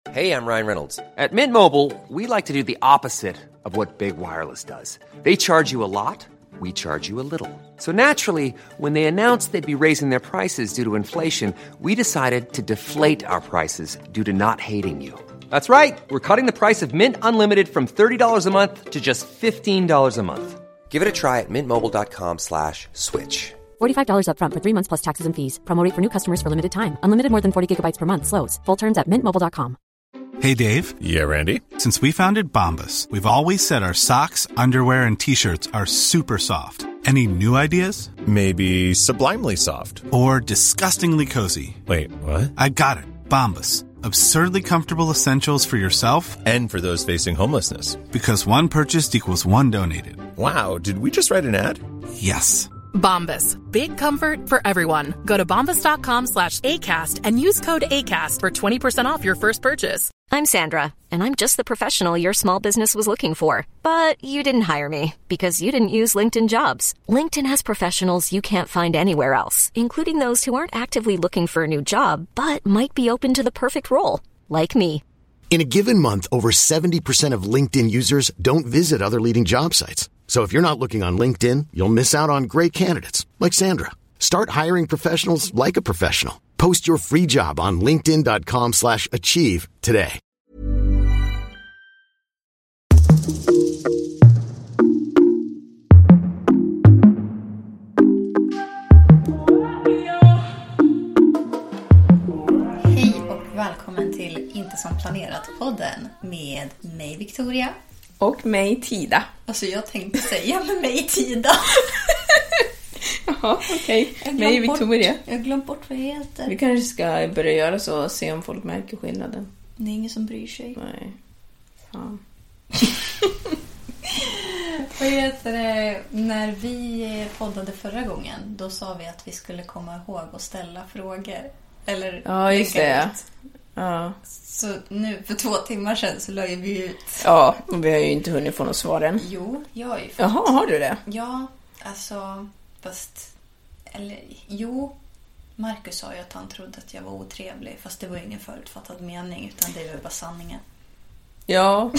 Hey, I'm Ryan Reynolds. At Mint Mobile, we like to do the opposite of what Big Wireless does. They charge you a lot, we charge you a little. So naturally, when they announced they'd be raising their prices due to inflation, we decided to deflate our prices due to not hating you. That's right. We're cutting the price of Mint Unlimited from $30 a month to just $15 a month. Give it a try at mintmobile.com/switch. $45 up front for 3 months plus taxes and fees. Promo rate for new customers for limited time. Unlimited more than 40 gigabytes per month slows. Full terms at mintmobile.com. Hey, Dave. Yeah, Randy. Since we founded Bombas, we've always said our socks, underwear, and T-shirts are super soft. Any new ideas? Maybe sublimely soft. Or disgustingly cozy. Wait, what? I got it. Bombas. Absurdly comfortable essentials for yourself And for those facing homelessness. Because one purchased equals one donated. Wow, did we just write an ad? Yes. Bombas. Big comfort for everyone. Go to bombas.com/ACAST and use code ACAST for 20% off your first purchase. I'm Sandra, and I'm just the professional your small business was looking for. But you didn't hire me because you didn't use LinkedIn Jobs. LinkedIn has professionals you can't find anywhere else, including those who aren't actively looking for a new job, but might be open to the perfect role, like me. In a given month, over 70% of LinkedIn users don't visit other leading job sites. So if you're not looking on LinkedIn, you'll miss out on great candidates like Sandra. Start hiring professionals like a professional. Post your free job on linkedin.com/achieve today. Hej och välkommen till Inte som planerat-podden med mig Victoria. Och mig Tida. Alltså jag tänkte säga med mig Tida. Jaha, okej. Mig Victoria. Jag har glömt bort vad jag heter. Vi kanske ska börja göra så och se om folk märker skillnaden. Det är ingen som bryr sig. Nej. Fan. Vad heter det? När vi poddade förra gången, då sa vi att vi skulle komma ihåg att ställa frågor. Eller ja, just det. Ja. Så nu för 2 timmar sedan så la vi ut. Ja, och vi har ju inte hunnit få något svar än. Jo, jag har ju fått. Jaha, har du det? Ja, alltså fast eller jo, Marcus sa ju att han trodde att jag var otrevlig, fast det var ingen förutfattad mening utan det var bara sanningen. Ja.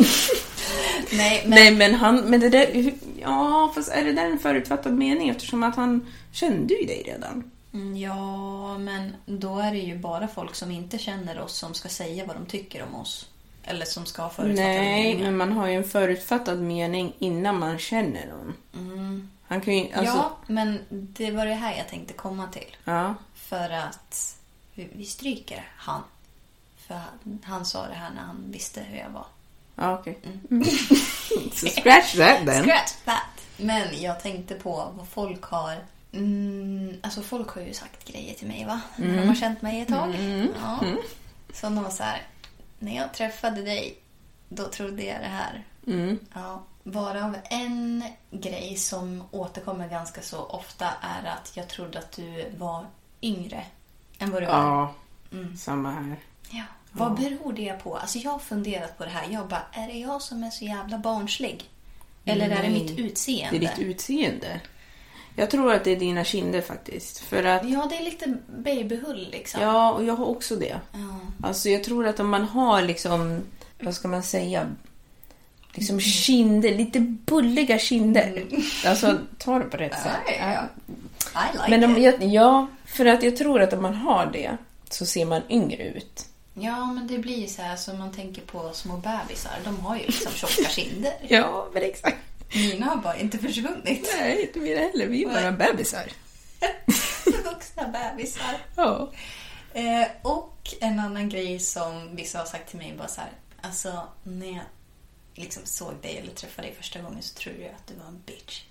Nej, men det där, ja, fast är det där en förutfattad mening eftersom att han kände ju dig redan? Ja, men då är det ju bara folk som inte känner oss som ska säga vad de tycker om oss. Eller som ska ha förutfattade meningar. Nej, men man har ju en förutfattad mening innan man känner någon. Han kan ju, alltså... Ja, men det var det här jag tänkte komma till. Ja. För att vi stryker han. För han sa det här när han visste hur jag var. Ja, okej. So scratch that then. Scratch that. Men jag tänkte på vad folk har... alltså folk har ju sagt grejer till mig, va? När de har känt mig ett tag. Ja. Så de var så här... När jag träffade dig, då trodde jag det här. Ja, varav en grej som återkommer ganska så ofta är att jag trodde att du var yngre än vad du var. Ja, samma här. Ja. Vad beror det på? Alltså jag har funderat på det här. Jag bara, är det jag som är så jävla barnslig? Eller är det mitt utseende? Det är ditt utseende. Jag tror att det är dina kinder faktiskt. För att... Ja, det är lite babyhull liksom. Ja, och jag har också det. Ja. Alltså jag tror att om man har liksom, vad ska man säga, liksom kinder, lite bulliga kinder. Alltså ta det på rätt sätt. Ja. I like men it. ja, för att jag tror att om man har det så ser man yngre ut. Ja, men det blir så här som man tänker på små bebisar. De har ju liksom tjocka kinder. Ja, men exakt. Mina har bara inte försvunnit. Nej, inte mina heller. Vi är bara bebisar. Vuxna bebisar. Ja. Och en annan grej som vissa har sagt till mig bara så här. Alltså, när jag liksom såg dig eller träffade dig första gången så trodde jag att du var en bitch.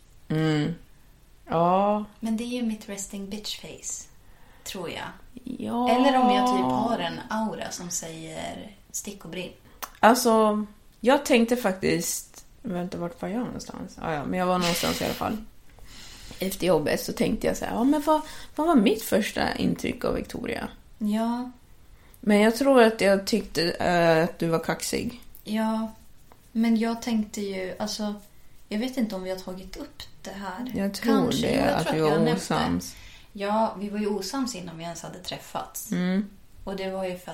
Ja. Men det är ju mitt resting bitch face, tror jag. Ja. Eller om jag typ har en aura som säger stick och brinn. Alltså, jag tänkte faktiskt... Vänta, vart var jag någonstans? Ja, men jag var någonstans i alla fall. Efter jobbet så tänkte jag så här, ja, men vad var mitt första intryck av Victoria? Ja. Men jag tror att jag tyckte att du var kaxig. Ja, men jag tänkte ju, alltså, jag vet inte om vi har tagit upp det här. Jag tror kanske, det, jag att tror vi var osams. Ja, vi var ju osams innan vi ens hade träffats. Mm. Och det var ju för att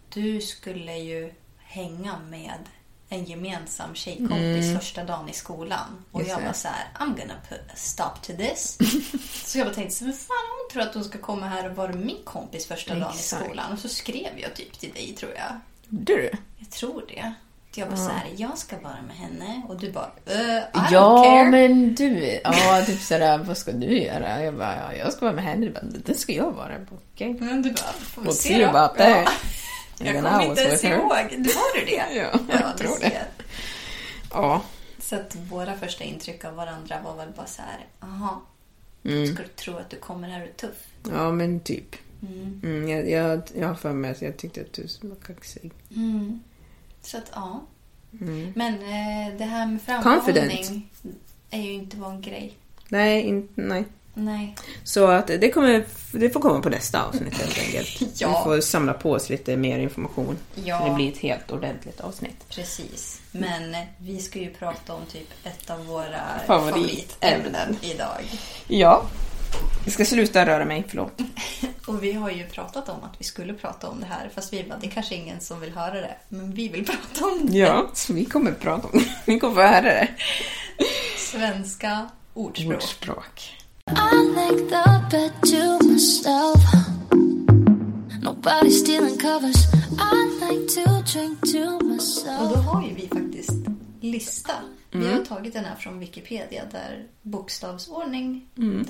du skulle ju hänga med en gemensam tjejkompis första dagen i skolan. Och jag var så här, I'm gonna put a stop to this. Så jag bara tänkte, men fan, hon tror att hon ska komma här och vara min kompis första dagen i skolan. Och så skrev jag typ till dig, tror jag. Du? Jag tror det. Jag bara så här, jag ska vara med henne. Och du bara, I don't care. Men du, typ sådär, vad ska du göra? Jag bara, jag ska vara med henne. Det ska jag vara. Okej. Men du bara, får vi se då? Jag kommer inte ens ihåg. Du var det? Ja, jag tror det. Ja. Så att våra första intryck av varandra var väl bara så här, aha, ska du tro att du kommer här och är tuff? Ja, men typ. Jag har för mig att jag tyckte att du var kaxig. Så att, ja. Men det här med framförhållning är ju inte vår grej. Nej. Så att det får komma på nästa avsnitt helt enkelt. Vi får samla på oss lite mer information. Ja. Så det blir ett helt ordentligt avsnitt. Precis. Men vi ska ju prata om typ ett av våra favoritämnen idag. Ja. Jag ska sluta röra mig, förlåt. Och vi har ju pratat om att vi skulle prata om det här. Fast det är kanske ingen som vill höra det. Men vi vill prata om det. Ja, så vi kommer prata om det. Vi kommer få höra det. Svenska ordspråk. I like the bed to myself. Nobody stealing covers. I like to drink to myself. Och då har ju vi faktiskt lista. Vi har tagit den här från Wikipedia där bokstavsordning.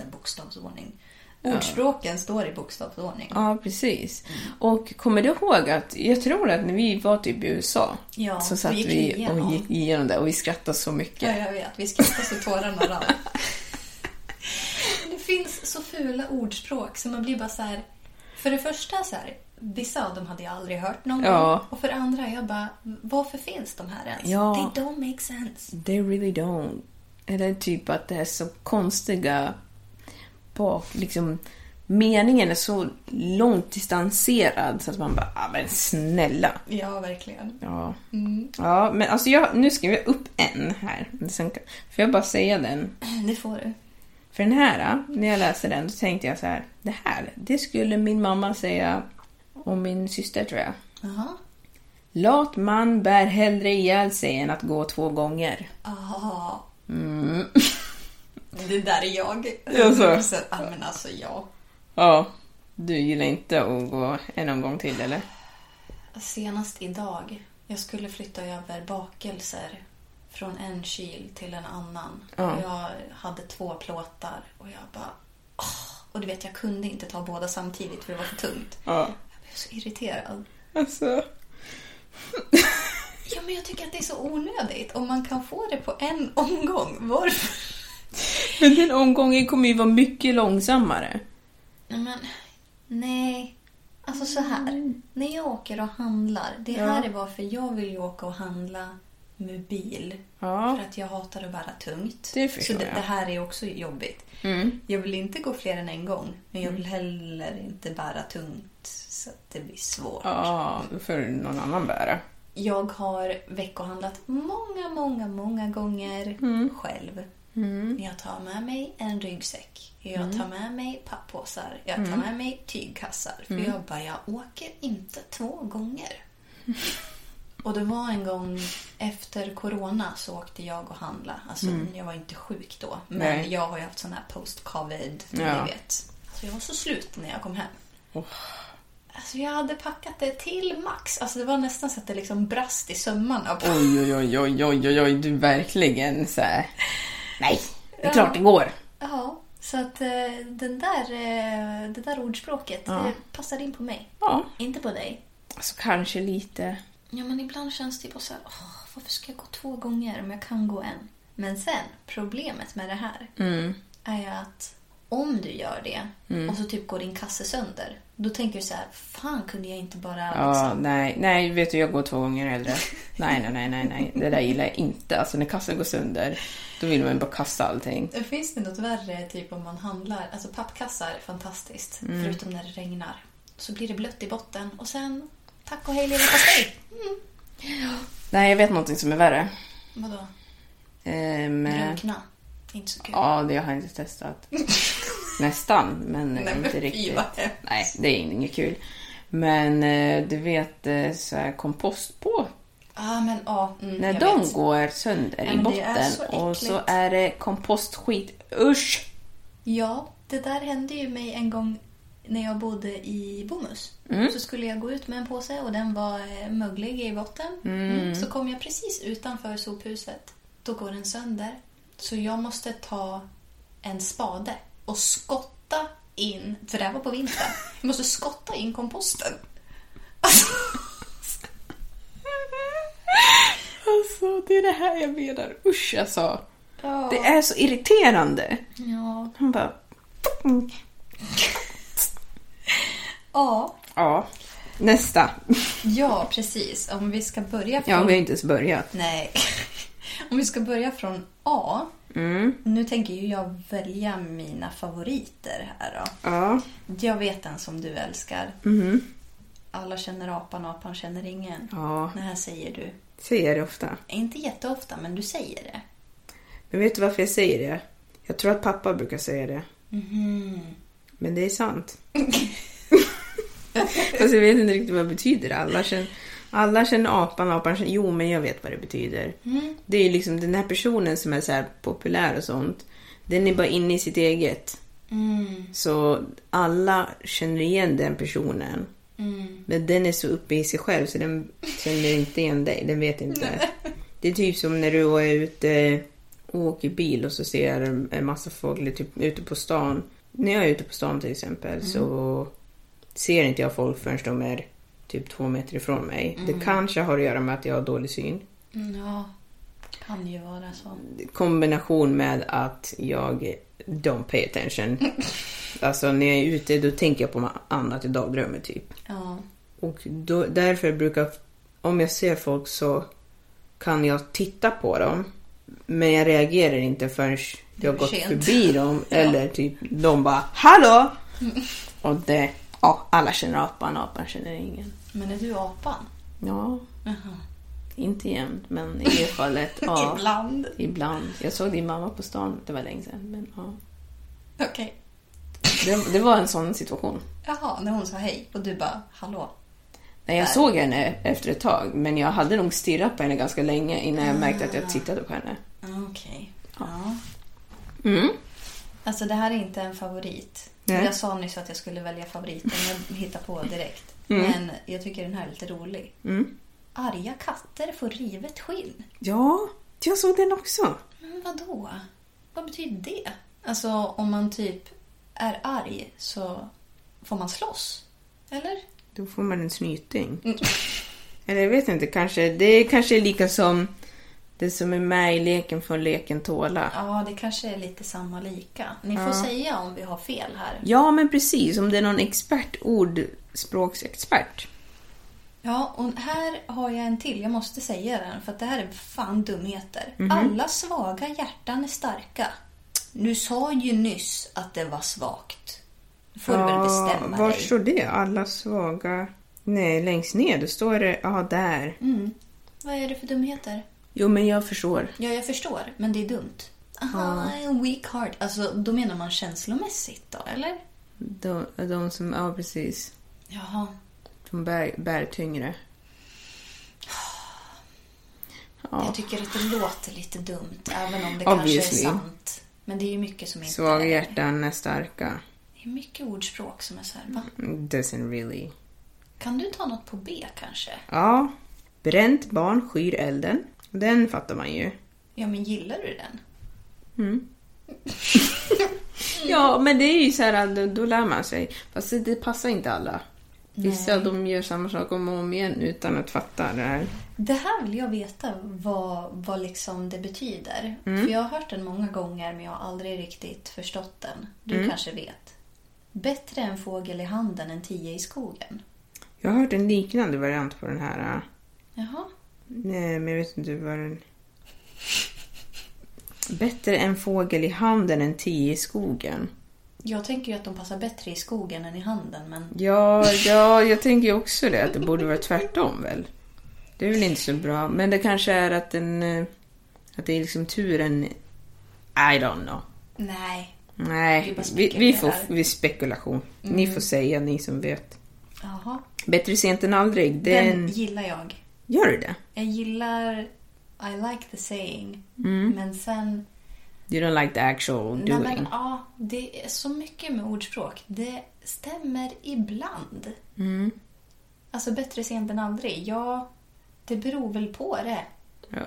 Ordspråken står i bokstavsordning. Ja, precis. Och kommer du ihåg att jag tror att när vi var typ i USA så satt vi och gick igenom det och vi skrattade så mycket. Ja, jag vet. Vi skrattade så tårarna rann. Det finns så fula ordspråk som man blir bara så här. För det första så här, vissa av dem hade jag aldrig hört någon gång. Och för det andra, jag bara, varför finns de här ens? Ja. They don't make sense. They really don't. Eller typ att det är så konstiga liksom meningen är så långt distanserad så att man bara, men snälla. Ja, verkligen. Ja. Ja, men alltså nu skriver jag upp en här. Sen får jag bara säga den? Det får du. För den här, när jag läste den, så tänkte jag så här, det skulle min mamma säga om min syster, tror jag. Aha. Lat man bär hellre ihjäl sig än att gå 2 gånger. Aha. Det där är jag. Men alltså, ja. Ja, du gillar inte att gå en gång till, eller? Senast idag, jag skulle flytta över bakelser från en kyl till en annan. Och jag hade 2 plåtar och jag bara... Och du vet, jag kunde inte ta båda samtidigt för det var för tungt. Jag blev så irriterad. Alltså... Ja, men jag tycker att det är så onödigt. Om man kan få det på en omgång, varför? Men den omgången kommer ju vara mycket långsammare. Nej. Alltså så här. När jag åker och handlar. Det här är varför jag vill åka och handla med bil. För att jag hatar att bära tungt. Så det här är också jobbigt. Jag vill inte gå fler än en gång. Men jag vill heller inte bära tungt. Så att det blir svårt. Ja, då får någon annan bära. Jag har veckohandlat många gånger själv. Jag tar med mig en ryggsäck. Jag tar med mig papppåsar. Jag tar med mig tygkassar. För jag åker inte 2 gånger. Och det var en gång efter corona så åkte jag och handla. Alltså jag var inte sjuk då. Men jag har ju haft sån här post-covid. Ni vet. Alltså jag var så slut när jag kom hem. Alltså jag hade packat det till max. Alltså det var nästan så att det liksom brast i sömmarna. Oj, du verkligen så här. Nej, det är klart det går. Ja, så att det där ordspråket det passar in på mig. Inte på dig. Alltså kanske lite. Ja, men ibland känns det bara så här, varför ska jag gå 2 gånger om jag kan gå en? Men sen, problemet med det här är ju att om du gör det och så typ går din kasse sönder, då tänker du så här, fan kunde jag inte bara liksom... nej, vet du, jag går 2 gånger hellre. Nej. Det där gillar jag inte. Alltså när kassen går sönder, då vill man bara kasta allting. Finns det något värre typ om man handlar, alltså pappkassar är fantastiskt, förutom när det regnar. Så blir det blött i botten och sen tack och hej lilla pastej. Nej, jag vet någonting som är värre. Vadå? Drunkna. Inte så kul. Ja, det har jag inte testat. Nästan, men inte riktigt. Nej, det är inget kul. Men du vet så här kompost på. Men när de går sönder i botten och så är det kompostskit. Usch! Ja, det där hände ju mig en gång när jag bodde i Bomhus. Så skulle jag gå ut med en påse och den var möglig i botten. Så kom jag precis utanför sophuset. Då går den sönder. Så jag måste ta en spade och skotta in, för det här var på vintern. Jag måste skotta in komposten. Alltså, det är det här jag menar. Usch, alltså. Ja. Det är så irriterande. Ja. Han bara... Ja. Nästa. Ja, precis. Om vi ska börja från... Ja, vi har inte ens börjat. Nej. Om vi ska börja från A. Nu tänker ju jag välja mina favoriter här då. Ja. Jag vet en som du älskar. Alla känner apan, apan känner ingen. Ja. Det här säger du. Säger det ofta. Inte jätteofta, men du säger det. Men vet du varför jag säger det? Jag tror att pappa brukar säga det. Men det är sant. Fast jag vet inte riktigt vad det betyder. Alla känner apan, apan känner... Jo, men jag vet vad det betyder. Det är liksom den här personen som är så här populär och sånt. Den är bara inne i sitt eget. Så alla känner igen den personen. Men den är så uppe i sig själv så den känner inte igen dig. Den vet inte. Det är typ som när du är ute och åker bil och så ser en massa folk typ ute på stan. När jag är ute på stan till exempel så ser inte jag folk förrän de är typ 2 meter ifrån mig. Det kanske har att göra med att jag har dålig syn. Ja, kan ju vara så. Kombination med att jag don't pay attention. Alltså när jag är ute då tänker jag på något annat i dagdrömmen typ. Ja. Och då, därför brukar, om jag ser folk så kan jag titta på dem. Men jag reagerar inte förrän jag har gått förbi dem. Eller typ de bara, hallå! Och det, alla känner apan, apan känner ingen. Men är du apan? Ja. Inte igen, men i det fallet, ja. Ibland. Jag såg din mamma på stan, det var länge sedan, men ja. Okej. Det var en sån situation. Jaha, när hon sa hej och du bara, hallå. Nej, jag såg henne efter ett tag, men jag hade nog stirrat på henne ganska länge innan jag märkte att jag tittade på henne. Okej. Ja. Alltså det här är inte en favorit. Nej. Jag sa nyss att jag skulle välja favoriten, jag hittar på direkt. Men jag tycker den här är lite rolig. Arga katter får rivet skinn. Ja, jag såg den också. Men vadå? Vad betyder det? Alltså om man typ är arg så får man slåss. Eller? Då får man en snyting. Eller jag vet inte, det kanske är lika som det som är med i leken från leken tåla. Ja, det kanske är lite samma lika. Ni får säga om vi har fel här. Ja, men precis. Om det är någon ordspråksexpert. Ja, och här har jag en till. Jag måste säga den, för att det här är fan dumheter. Alla svaga hjärtan är starka. Du sa ju nyss att det var svagt. Du får väl bestämma dig. Var står det? Alla svaga... Nej, längst ner. Då står det... Ja, där. Vad är det för dumheter? Jo, men jag förstår. Ja, jag förstår. Men det är dumt. Aha, weak heart. Alltså, då menar man känslomässigt då, eller? De som... Ja, precis. Jaha. De bär tyngre. Ja. Jag tycker att det låter lite dumt. Även om det kanske är sant. Men det är ju mycket som inte... Svaga hjärtan är starka. Det är mycket ordspråk som är så här, va? Doesn't really. Kan du ta något på B kanske? Ja. Bränt barn skyr elden. Den fattar man ju. Ja, men gillar du den? Ja, men det är ju så här, då lär man sig. Fast det passar inte alla. Vissa de gör samma sak om och om igen utan att fatta det här. Det här vill jag veta vad liksom det betyder. För jag har hört den många gånger men jag har aldrig riktigt förstått den. Du kanske vet. Bättre en fågel i handen än 10 i skogen. Jag har hört en liknande variant på den här. Jaha. Nej, men jag vet inte vad den... Bättre en fågel i handen än 10 i skogen. Jag tänker ju att de passar bättre i skogen än i handen, men... Ja, jag tänker också det. Att det borde vara tvärtom, väl? Det är väl inte så bra. Men det kanske är att det är liksom turen... I don't know. Nej. Vi får spekulation. Ni får säga, ni som vet. Jaha. Bättre sent än aldrig. Den gillar jag. Gör du det? Jag gillar... I like the saying. Men sen... You don't like the actual doing. Nej, men, ja, det är så mycket med ordspråk. Det stämmer ibland. Alltså bättre sent än aldrig. Ja, det beror väl på det. Ja,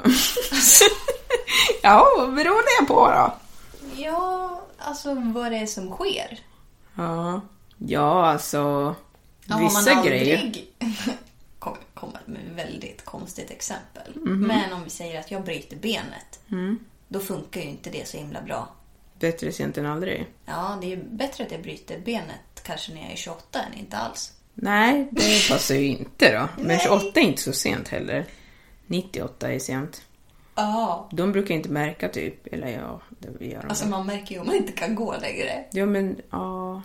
ja, vad beror det på då? Ja, alltså vad det är som sker. Ja, alltså vissa man grejer. Aldrig kommer med väldigt konstigt exempel. Men om vi säger att jag bryter benet, då funkar ju inte det så himla bra. Bättre sent än aldrig. Ja, det är ju bättre att jag bryter benet kanske när jag är 28 än inte alls. Nej, det passar ju inte då. Men 28 är inte så sent heller. 98 är sent. Ja. De brukar inte märka typ. Eller ja, det gör de. Alltså man märker ju om man inte kan gå längre. Ja, men ja.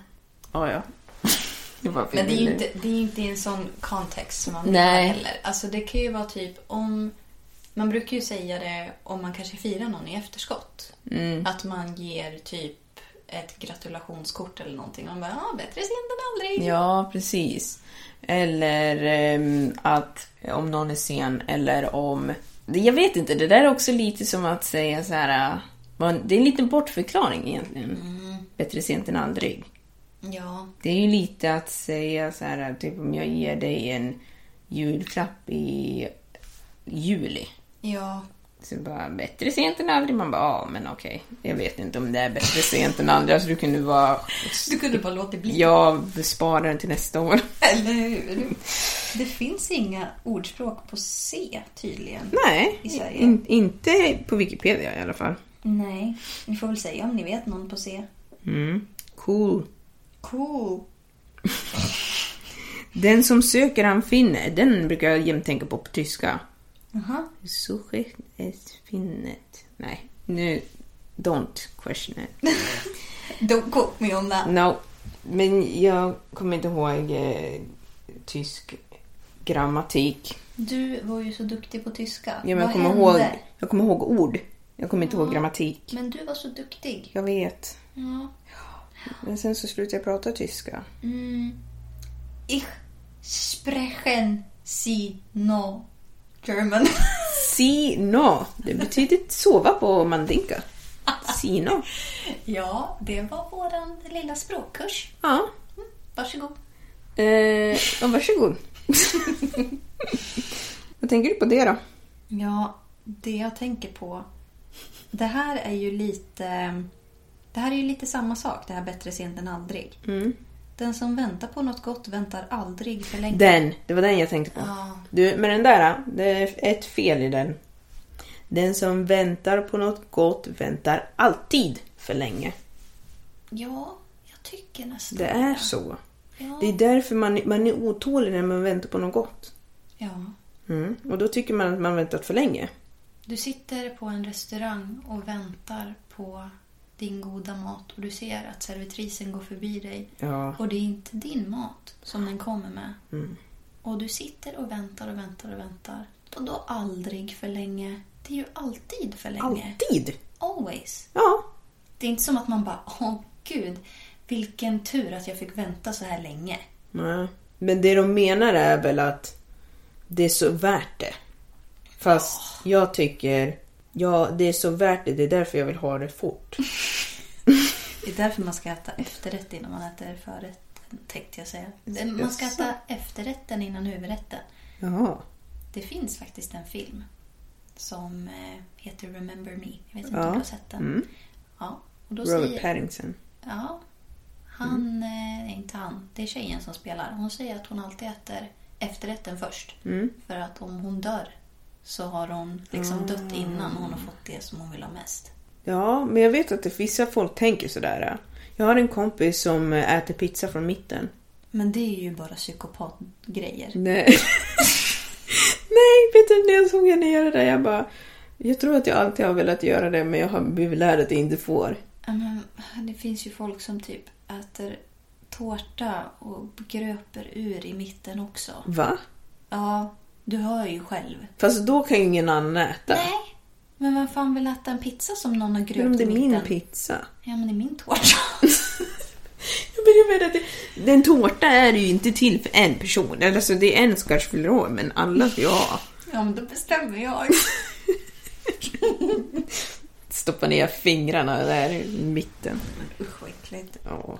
Men det är ju inte i en sån kontext som man vill heller. Alltså det kan ju vara typ om... Man brukar ju säga det om man kanske firar någon i efterskott. Att man ger typ ett gratulationskort eller någonting. Man bara, bättre sent än aldrig. Ja, precis. Eller att om någon är sen. Eller om... Jag vet inte, det där är också lite som att säga så här... Det är en liten bortförklaring egentligen. Bättre sent än aldrig. Ja. Det är ju lite att säga så här, typ om jag ger dig en julklapp i juli. Ja. Så bara, bättre sent än aldrig. Man bara, men okej. Jag vet inte om det är bättre sent än aldrig. Alltså du kunde bara låta det bli. Ja, spara den till nästa år. Eller hur? Det finns inga ordspråk på C tydligen. Nej, i Sverige. Inte på Wikipedia i alla fall. Nej, ni får väl säga om ni vet någon på C. Cool. Den som söker han finner. Den brukar jag jämt tänka på tyska. Suche es finnet. Nej, nu don't question it. Don't quote me on that. No, men jag kommer inte ihåg tysk grammatik. Du var ju så duktig på tyska. Ja, men jag kommer ihåg ord. Jag kommer inte ihåg grammatik. Men du var så duktig. Jag vet. Ja. Men sen så slutade jag prata tyska. Ich sprechen Sie no German. Si no. Det betyder sova på mandinka. Si no. Ja, det var våran lilla språkkurs. Ja. Varsågod. Varsågod. Vad tänker du på det då? Ja, det jag tänker på... Det här är ju lite samma sak. Det här bättre sent än aldrig. Den som väntar på något gott väntar aldrig för länge. Det var den jag tänkte på. Ja. Du, men den där, det är ett fel i den. Den som väntar på något gott väntar alltid för länge. Ja, jag tycker nästan. Det är så. Ja. Det är därför man är otålig när man väntar på något gott. Ja. Och då tycker man att man väntat för länge. Du sitter på en restaurang och väntar på din goda mat och du ser att servitrisen går förbi dig. Ja. Och det är inte din mat som den kommer med. Och du sitter och väntar och väntar och väntar. Och då aldrig för länge. Det är ju alltid för länge. Alltid? Always. Ja. Det är inte som att man bara, gud, vilken tur att jag fick vänta så här länge. Nej. Men det de menar är väl att det är så värt det. Fast jag tycker, det är så värt det. Det är därför jag vill ha det fort. Det är därför man ska äta efterrätt innan man äter förrätten, tänkte jag säga. Man ska äta efterrätten innan huvudrätten. Jaha. Det finns faktiskt en film som heter Remember Me. Jag vet inte om du har sett den. Ja. Och då Robert Pattinson. Ja. Han, inte han. Det är tjejen som spelar. Hon säger att hon alltid äter efterrätten först. För att om hon dör så har hon liksom dött innan hon har fått det som hon vill ha mest. Ja, men jag vet att vissa folk tänker sådär. Jag har en kompis som äter pizza från mitten. Men det är ju bara psykopatgrejer. Nej. Nej, vet du, när jag såg henne göra det, jag tror att jag alltid har velat göra det, men jag har blivit lärd att jag inte får. Men det finns ju folk som typ äter tårta och gröper ur i mitten också. Va? Ja, du hör ju själv. Fast då kan ju ingen annan äta. Nej, men vem fan vill äta en pizza som någon har gröpt i mitten? Men det är min pizza. Ja, men det är min tårta. Jag menar att den tårta är ju inte till för en person. Alltså det är en skars fyller år, men alla ska ju ha. Ja, men då bestämmer jag. Stoppa ner fingrarna där i mitten. Usch, vad äckligt. Ja.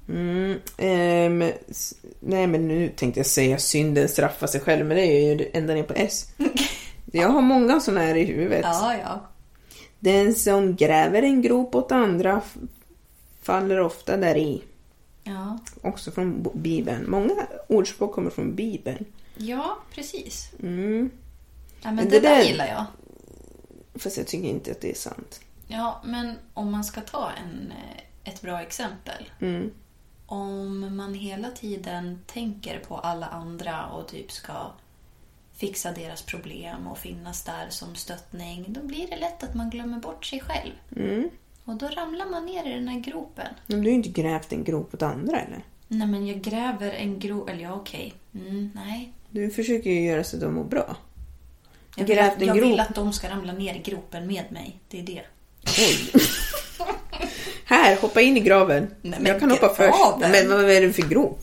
Nej, men nu tänkte jag säga synden straffar sig själv, men det är ju ända ner på S. Jag har många såna här i huvudet. Ja. Den som gräver en grop åt andra faller ofta där i. Ja. Också från Bibeln. Många ordspråk kommer från Bibeln. Ja, precis. Ja, men det där gillar jag. Fast jag tycker inte att det är sant. Ja, men om man ska ta ett bra exempel. Om man hela tiden tänker på alla andra och typ ska fixa deras problem och finnas där som stöttning, då blir det lätt att man glömmer bort sig själv. Och då ramlar man ner i den här gropen. Men du har ju inte grävt en grop åt andra, eller? Nej, men jag gräver en grop... Eller ja, okej. Nej. Du försöker ju göra så att de mår bra. Jag vill att de ska ramla ner i gropen med mig. Det är det. Oj. Här, hoppa in i graven. Nej, jag kan hoppa först. Men vad är det för grop?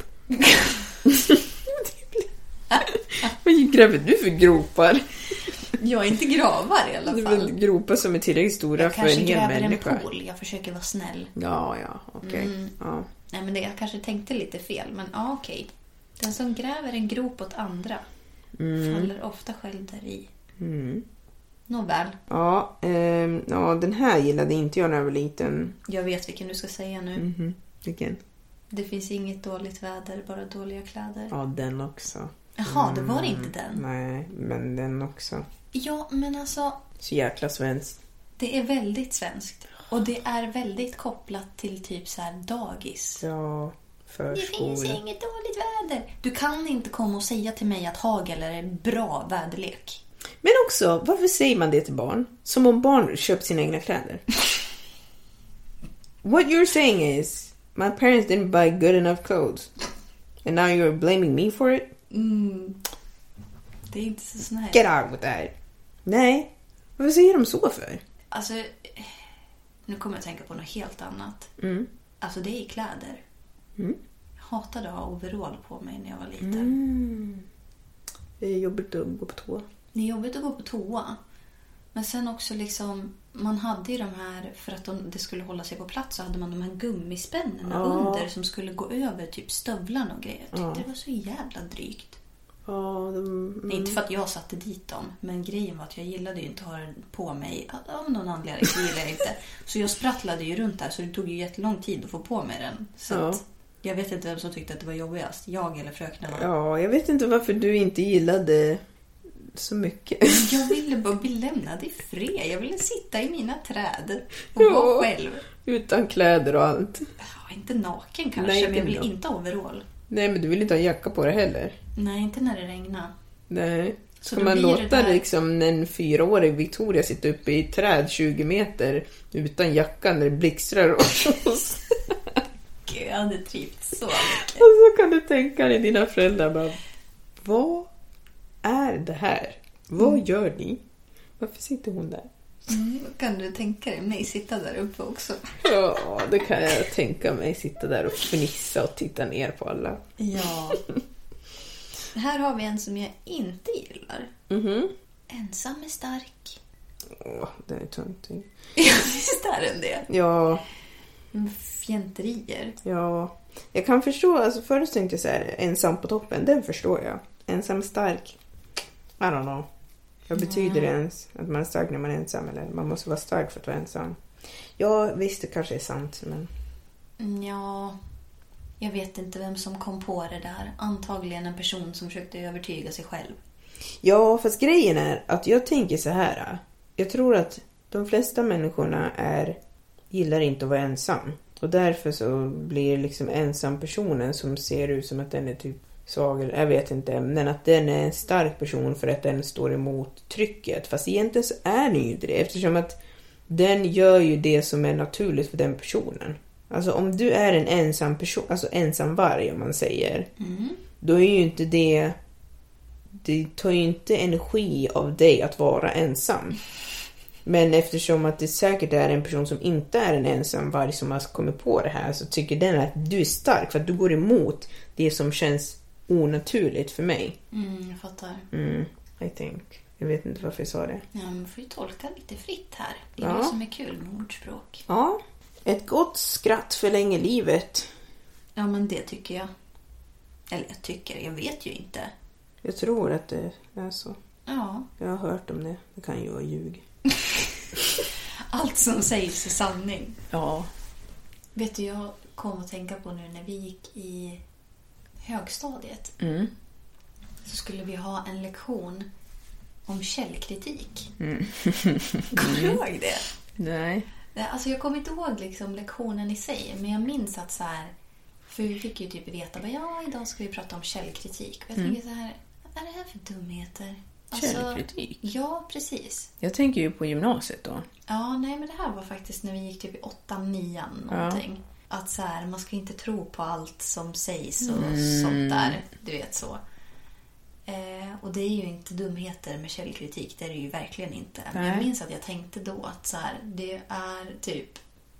Vad gräver du för gropar? Jag är inte gravar i alla fall. Det är väl gropar som är tillräckligt stora för en hel människa. Jag kanske gräver en pool. Jag försrsöker vara snäll. Ja, okej. Ja. Nej, men jag kanske tänkte lite fel. Men ja, okej. Den som gräver en grop åt andra faller ofta själv där i. Nåväl. Ja, den här gillade inte jag när jag var liten. Jag vet vilken du ska säga nu. Vilken? Det finns inget dåligt väder, bara dåliga kläder. Ja, den också. Jaha, det var inte den. Nej, men den också. Ja, men alltså... Så jäkla svenskt. Det är väldigt svenskt. Och det är väldigt kopplat till typ så här dagis. Ja, förskola. Det finns inget dåligt väder. Du kan inte komma och säga till mig att hagel är en bra väderlek. Men också, varför säger man det till barn? Som om barn köper sina egna kläder. What you're saying is, my parents didn't buy good enough clothes. And now you're blaming me for it? Det är inte så snällt. Get out with that. Nej, varför säger de så för? Alltså, nu kommer jag att tänka på något helt annat. Alltså, det är kläder. Jag hatade att ha overall på mig när jag var liten. Det är jobbigt att gå på toa. Det är jobbigt att gå på toa. Men sen också liksom, man hade ju de här, för att det skulle hålla sig på plats, så hade man de här gummispännena under som skulle gå över typ stövlarna och grejer. Jag tyckte det var så jävla drygt. Inte för att jag satte dit dem, men grejen var att jag gillade ju inte att ha den på mig. Av någon anledning så gillade jag inte. Så jag sprattlade ju runt där, så det tog ju jättelång tid att få på mig den. Så att jag vet inte vem som tyckte att det var jobbigast, jag eller fröknarna. Ja, jag vet inte varför du inte gillade så mycket. Jag ville bara bli lämnad i fred. Jag ville sitta i mina träd och vara själv. Utan kläder och allt. Ja, inte naken kanske, men jag ville inte ha overall. Nej, men du vill inte ha jacka på det heller. Nej, inte när det regnar. Nej. Ska man låta liksom en 4-årig Victoria sitta uppe i träd 20 meter utan jacka när det blixtrar och Gud, jag hade trivts så mycket. Och så kan du tänka dig dina föräldrar bara, vad är det här? Vad gör ni? Varför sitter hon där? Kan du tänka dig mig sitta där uppe också? Ja, det kan jag tänka mig. Sitta där och fnissa och titta ner på alla. Ja. Här har vi en som jag inte gillar. Ensam är stark. Det är tungt. Ja, visst är den det? Ja. Fjänterier. Ja. Jag kan förstå, alltså förut tänkte jag så här, ensam på toppen, den förstår jag. Ensam stark. I don't know. Vad betyder det ens att man är stark när man är ensam? Eller man måste vara stark för att vara ensam. Ja, visst, det kanske är sant. Men... Ja, jag vet inte vem som kom på det där. Antagligen en person som försökte övertyga sig själv. Ja, fast grejen är att jag tänker så här. Jag tror att de flesta människorna gillar inte att vara ensam. Och därför så blir liksom ensam personen som ser ut som att den är typ svag, eller jag vet inte, men att den är en stark person för att den står emot trycket. Fast egentligen så är den ju inte det, eftersom att den gör ju det som är naturligt för den personen. Alltså om du är en ensam person, alltså ensam varg om man säger, då är ju inte det tar ju inte energi av dig att vara ensam. Men eftersom att det säkert är en person som inte är en ensamvarg som har kommit på det här, så tycker den att du är stark för att du går emot det som känns onaturligt för mig. Jag fattar. I think. Jag vet inte varför jag sa det. Ja, man får ju tolka lite fritt här. Det är det som är kul med ordspråk. Ja, ett gott skratt förlänger livet. Ja, men det tycker jag. Eller jag vet ju inte. Jag tror att det är så. Ja. Jag har hört om det. Det kan ju vara ljug. Allt som sägs är sanning. Ja. Vet du, jag kom att tänka på nu när vi gick i högstadiet. Så skulle vi ha en lektion om källkritik. Kommer du ihåg det? Nej. Alltså jag kommer inte ihåg liksom lektionen i sig. Men jag minns att så här. För vi fick ju typ veta. Ja, idag ska vi prata om källkritik. Och jag tänker så här. Vad är det här för dumheter? Alltså, Källkritik? Ja, precis. Jag tänker ju på gymnasiet då. Ja, nej men det här var faktiskt när vi gick typ i 8-9 någonting. Ja. Att så här, man ska inte tro på allt som sägs och sånt där. Du vet så. Och det är ju inte dumheter med källkritik. Det är det ju verkligen inte. Men jag minns att jag tänkte då att så här, det är typ...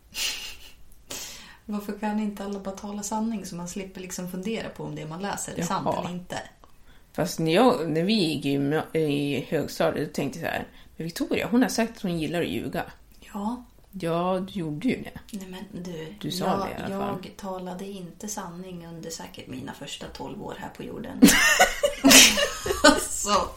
Varför kan inte alla bara tala sanning så man slipper liksom fundera på om det man läser är sant eller inte? Fast när vi gick i högstadiet tänkte jag så här. Men Victoria, hon har sagt att hon gillar att ljuga. Ja. Ja, du gjorde ju det. Nej, men du sa det i alla fall. Jag talade inte sanning under säkert mina första 12 år här på jorden. Alltså,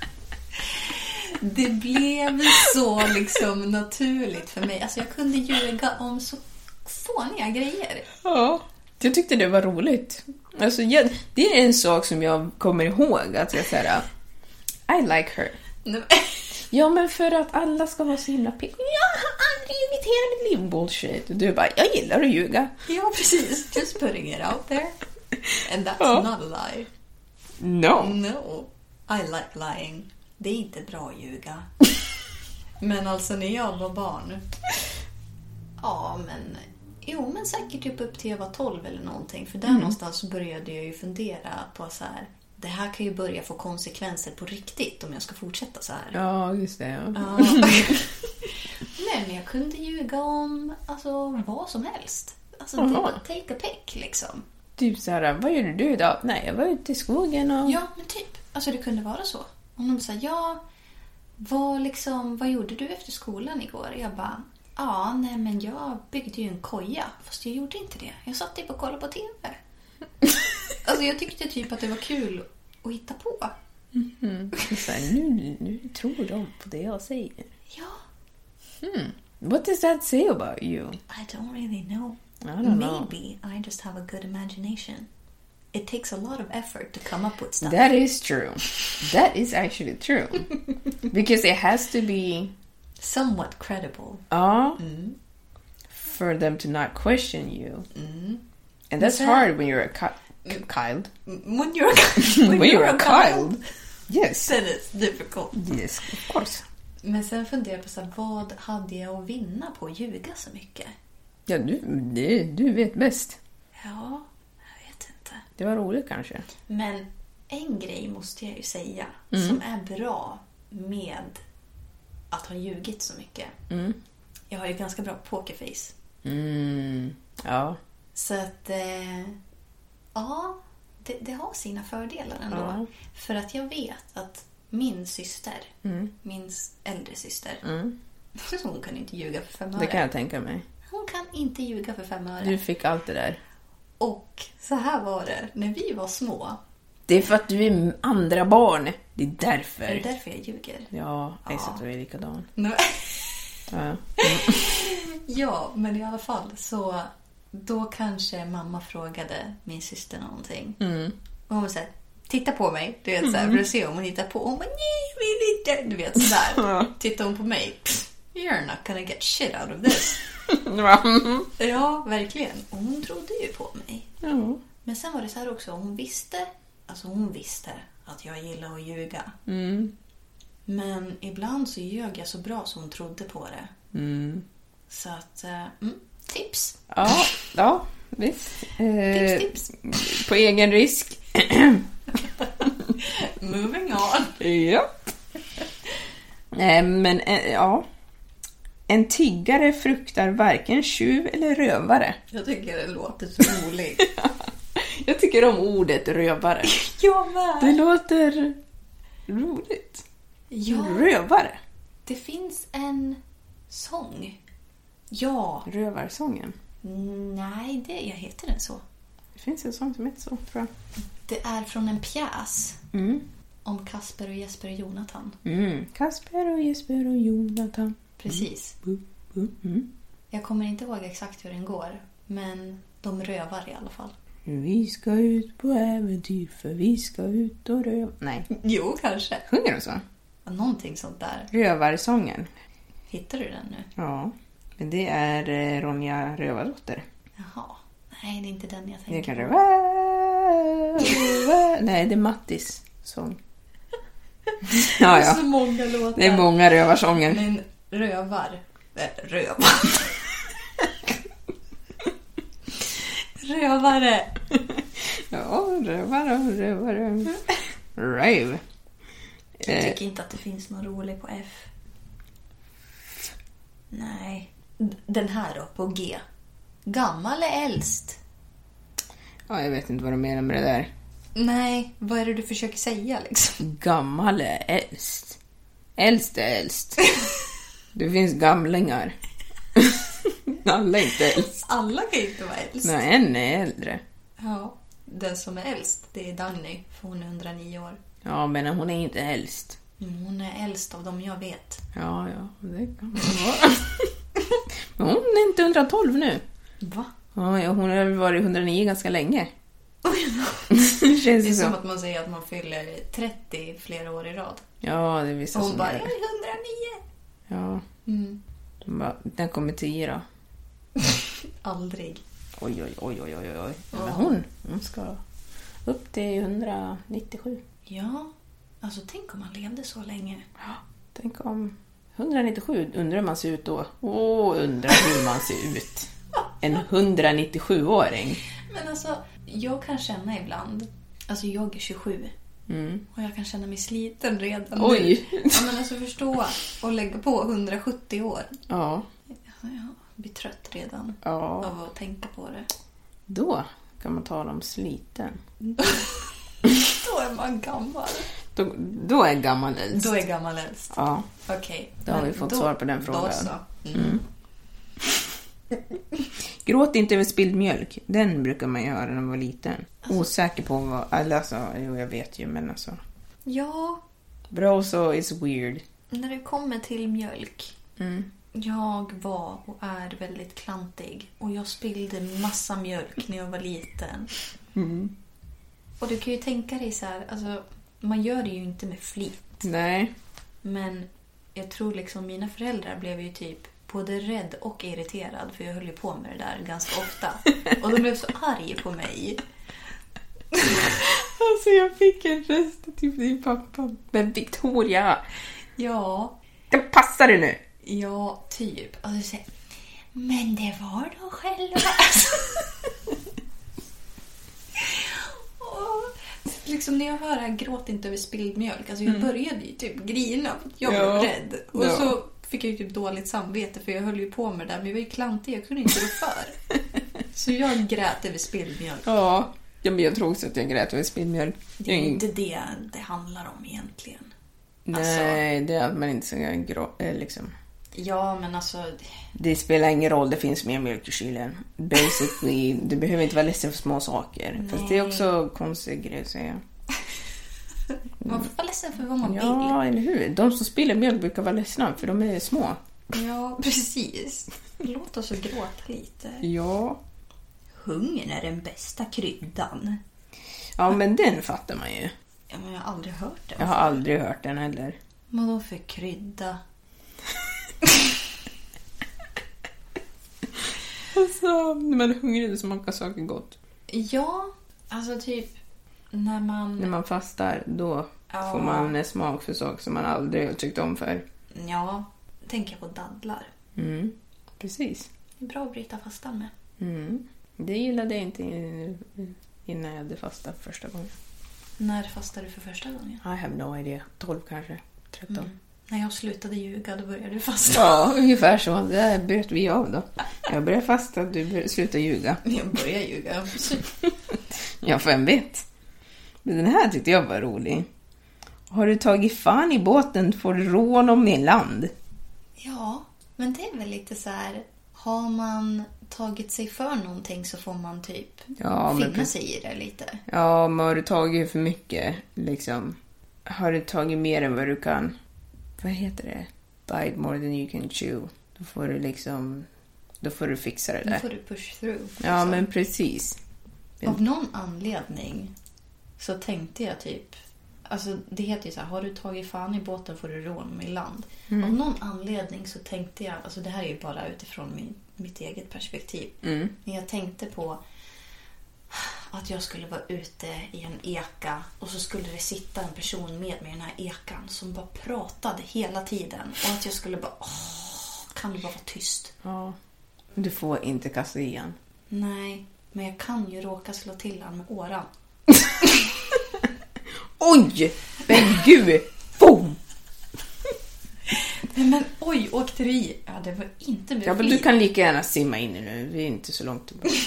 det blev så liksom naturligt för mig. Alltså jag kunde ljuga om så fåniga grejer. Ja, jag tyckte det var roligt. Alltså, det är en sak som jag kommer ihåg att jag säger I like her. Ja, men för att alla ska vara så himla pigg. Jag har aldrig ljugit hela mitt liv. Bullshit. Och du bara, jag gillar att ljuga. Ja, precis. Just putting it out there. And that's not a lie. No. I like lying. Det är inte bra att ljuga. Men alltså när jag var barn. Ja, men... Jo, men säkert typ upp till jag var 12 eller någonting. För där någonstans började jag ju fundera på så här. Det här kan ju börja få konsekvenser på riktigt om jag ska fortsätta så här. Ja, just det. Ja. Nej, men jag kunde ljuga om alltså, vad som helst. Alltså, det var take a pick liksom. Typ så här, vad gjorde du idag? Nej, jag var ute i skogen och... Ja, men typ. Alltså det kunde vara så. Om de säger, ja, vad gjorde du efter skolan igår? Jag bara, ja, nej men jag byggde ju en koja. Fast jag gjorde inte det. Jag satt typ och kollade på TV. Alltså jag tyckte typ att det var kul att hitta på. Så här, nu tror de på det jag säger. Ja. What does that say about you? I don't really know. I don't know. Maybe I just have a good imagination. It takes a lot of effort to come up with stuff. That is true. That is actually true. Because it has to be... somewhat credible. For them to not question you. And that's hard when you're a child. When you're a child. Yes. Then it's difficult. Yes, of course. Men sen funderar jag på så här, vad hade jag att vinna på att ljuga så mycket? Ja, du vet bäst. Ja, jag vet inte. Det var roligt kanske. Men en grej måste jag ju säga som är bra med att ha ljugit så mycket. Jag har ju ganska bra pokerface. Ja. Så att ja, det har sina fördelar ändå. Ja. För att jag vet att min syster, min äldre syster, hon kan inte ljuga för 5 öre. Det kan jag tänka mig. Hon kan inte ljuga för 5 öre. Du fick allt det där. Och så här var det när vi var små. Det är för att du är andra barn. Det är därför. Det är därför jag ljuger. Ja, exakt, du är likadan. Ja, men i alla fall så då kanske mamma frågade min syster någonting. Och hon sa, titta på mig, du vet, så här, för att se om hon hittar på. Hon bara, nej, jag vill inte. Du vet, sådär. Tittar hon på mig, you're not gonna get shit out of this. Ja, verkligen. Och hon trodde ju på mig. Men sen var det så här också, hon visste att jag gillar att ljuga. Men ibland så ljög jag så bra så hon trodde på det. Så att, tips. Ja, visst. Tips. På egen risk. Moving on. Ja. Men ja. En tiggare fruktar varken tjuv eller rövare. Jag tycker det låter så roligt. Jag tycker om ordet rövare. Jag med. Det låter roligt. Ja. Rövare. Det finns en sång. Ja. Rövarsången. Nej, jag heter den så. Det finns en sång som heter så, tror jag. Det är från en pjäs. Mm. Om Kasper och Jesper och Jonathan. Kasper och Jesper och Jonathan. Precis. Jag kommer inte ihåg exakt hur den går. Men de rövar i alla fall. Vi ska ut på äventyr för vi ska ut och röva. Nej. Jo, kanske. Sjunger de så? Någonting sånt där. Rövarsången. Hittar du den nu? Ja. Men det är Ronja Rövardotter. Jaha. Nej, det är inte den jag Det tänker kan på. Nej, det är Mattis sång. Ja, ja. Så många låtar. Det är många rövarsånger. Men rövar. Rövare. Ja, rövare. Röv. Jag tycker inte att det finns någon rolig på F. Nej. Den här då, på G. Gammal är äldst. Ja, jag vet inte vad du menar med det där. Nej, vad är det du försöker säga liksom? Gammal är äldst. Äldst är äldst. Det finns gamlingar. Alla är inte äldst. Alla kan inte vara äldst. Nej, en är äldre. Ja, den som är äldst, det är Dagny. För hon är 109 år. Ja, men hon är inte äldst. Hon är äldst av dem jag vet. Ja, det kan man vara. Men hon är inte 112 nu. Va? Ja, hon har varit 109 ganska länge. Det är Känns som så. att man säger att man fyller 30 flera år i rad. Ja, det är vissa Och hon som bara, är jag det. är 109. Ja. De bara, den kommer 10 då. Aldrig. Oj. Men hon ska upp till 197. Ja, alltså tänk om man levde så länge. Ja, tänk om 197, undrar hur man ser ut då. Undrar hur man ser ut. En 197-åring. Men alltså, jag kan känna ibland, alltså jag är 27. Och jag kan känna mig sliten redan nu. Oj. Ja, men alltså förstå och lägga på 170 år. Ja. Jag blir trött redan av att tänka på det. Då kan man tala om sliten. Då är man gammal. Då är gammal äldst. Då är gammal äldst. Ja. Okej. Då har vi fått svar på den frågan. Då så. Gråt inte över spilld mjölk. Den brukar man göra när man var liten. Osäker på vad... Alltså, jo, jag vet ju, men alltså... Ja. Bra så is weird. När det kommer till mjölk. Jag var och är väldigt klantig. Och jag spillde massa mjölk när jag var liten. Och du kan ju tänka dig så här... Alltså, man gör det ju inte med flit. Nej. Men jag tror liksom mina föräldrar blev ju typ både rädd och irriterad. För jag höll ju på med det där ganska ofta. Och de blev så arg på mig. Alltså jag fick en röst till din pappa. Men Victoria. Ja. Det passar det nu. Ja, typ. Och du säger, men det var de själva. Liksom när jag hör här, gråt inte över spilld mjölk. Alltså jag började ju typ grina. Jag blev rädd. Och så fick jag ju typ dåligt samvete. För jag höll ju på med det där. Men jag var ju klantig. Jag kunde inte gå för. Så jag grät över spilld mjölk. Ja, men jag tror också att jag grät över spilld mjölk. Det är inte det handlar om egentligen. Nej, det är att man inte ska liksom. Ja, men alltså... Det spelar ingen roll, det finns mer mjölk i kylen. Basically, du behöver inte vara ledsen för små saker. Nej. Fast det är också konstig grej att säga. Man får vara ledsen för vad man vill. Ja, eller hur? De som spiller mjölk brukar vara ledsna, för de är små. Ja, precis. Låt oss gråta lite. Ja. Hungern är den bästa kryddan. Ja, men den fattar man ju. Ja, men jag har aldrig hört den. Jag har aldrig hört den heller. Men då för krydda? Alltså, när man är hungrig så smakar saker gott. Ja, alltså typ när man fastar, då får man en smak för saker som man aldrig har tyckt om för. Ja, tänker jag på dadlar. Precis. Det är bra att bryta fastan med. Det gillade jag inte innan jag hade fastat första gången. När fastade du för första gången? I have no idea. 12 kanske. 13. När jag slutade ljuga, då började du fasta. Ja, ungefär så. Där bröt vi av då. Jag började fasta, du slutade ljuga. Jag började ljuga. Ja, för en vet. Men den här tyckte jag var rolig. Har du tagit fan i båten får du rån om i land? Ja, men det är väl lite så här... Har man tagit sig för någonting så får man typ finna sig i det lite. Ja, men har du tagit för mycket liksom... Har du tagit mer än vad du kan... Vad heter det? Bite more than you can chew. Då får du liksom... Då får du fixa det där. Då får du push through. Liksom. Ja, men precis. Av någon anledning så tänkte jag typ... Alltså det heter ju så här, har du tagit fan i båten får du rån i land. Av någon anledning så tänkte jag, alltså det här är ju bara utifrån mitt eget perspektiv. Men jag tänkte på att jag skulle vara ute i en eka och så skulle det sitta en person med mig i den här ekan som bara pratade hela tiden. Och att jag skulle bara, kan du bara vara tyst? Ja, du får inte kasta igen. Nej, men jag kan ju råka slå till han med åran. Oj! Men gud! Boom! Men oj, åkte du i? Ja, det var inte bra. Ja, men du kan lika gärna simma in nu. Vi är inte så långt tillbaka.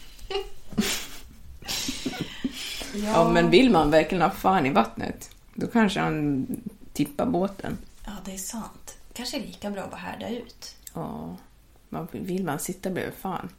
Ja, men vill man verkligen ha fan i vattnet, då kanske han tippar båten. Ja, det är sant. Kanske är lika bra att bara härda ut. Ja, vill man sitta bredvid fan?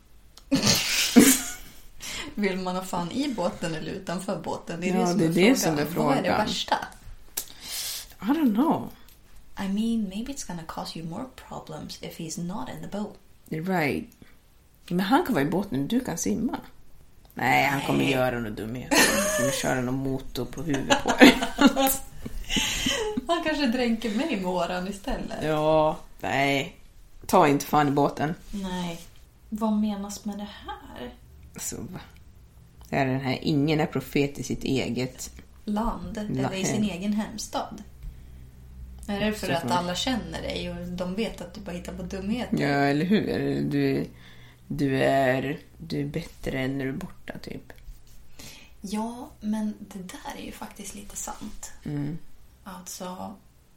Vill man ha fan i båten eller utanför båten? Det är det som är frågan. Vad är det värsta? I don't know. I mean, maybe it's gonna cause you more problems if he's not in the boat. Right. Men han kan vara i båten och du kan simma. Nej, han kommer göra något dumhet. Han kommer köra någon motor på huvudet på dig. Han kanske dränker mig med åran istället. Ja, nej. Ta inte fan i båten. Nej. Vad menas med det här? Så, det är den här, ingen är profet i sitt eget land eller i sin egen hemstad. Är det för att alla känner dig och de vet att du bara hittar på dumheter? Ja, eller hur? Du är bättre än när du är borta, typ. Ja, men det där är ju faktiskt lite sant. Alltså,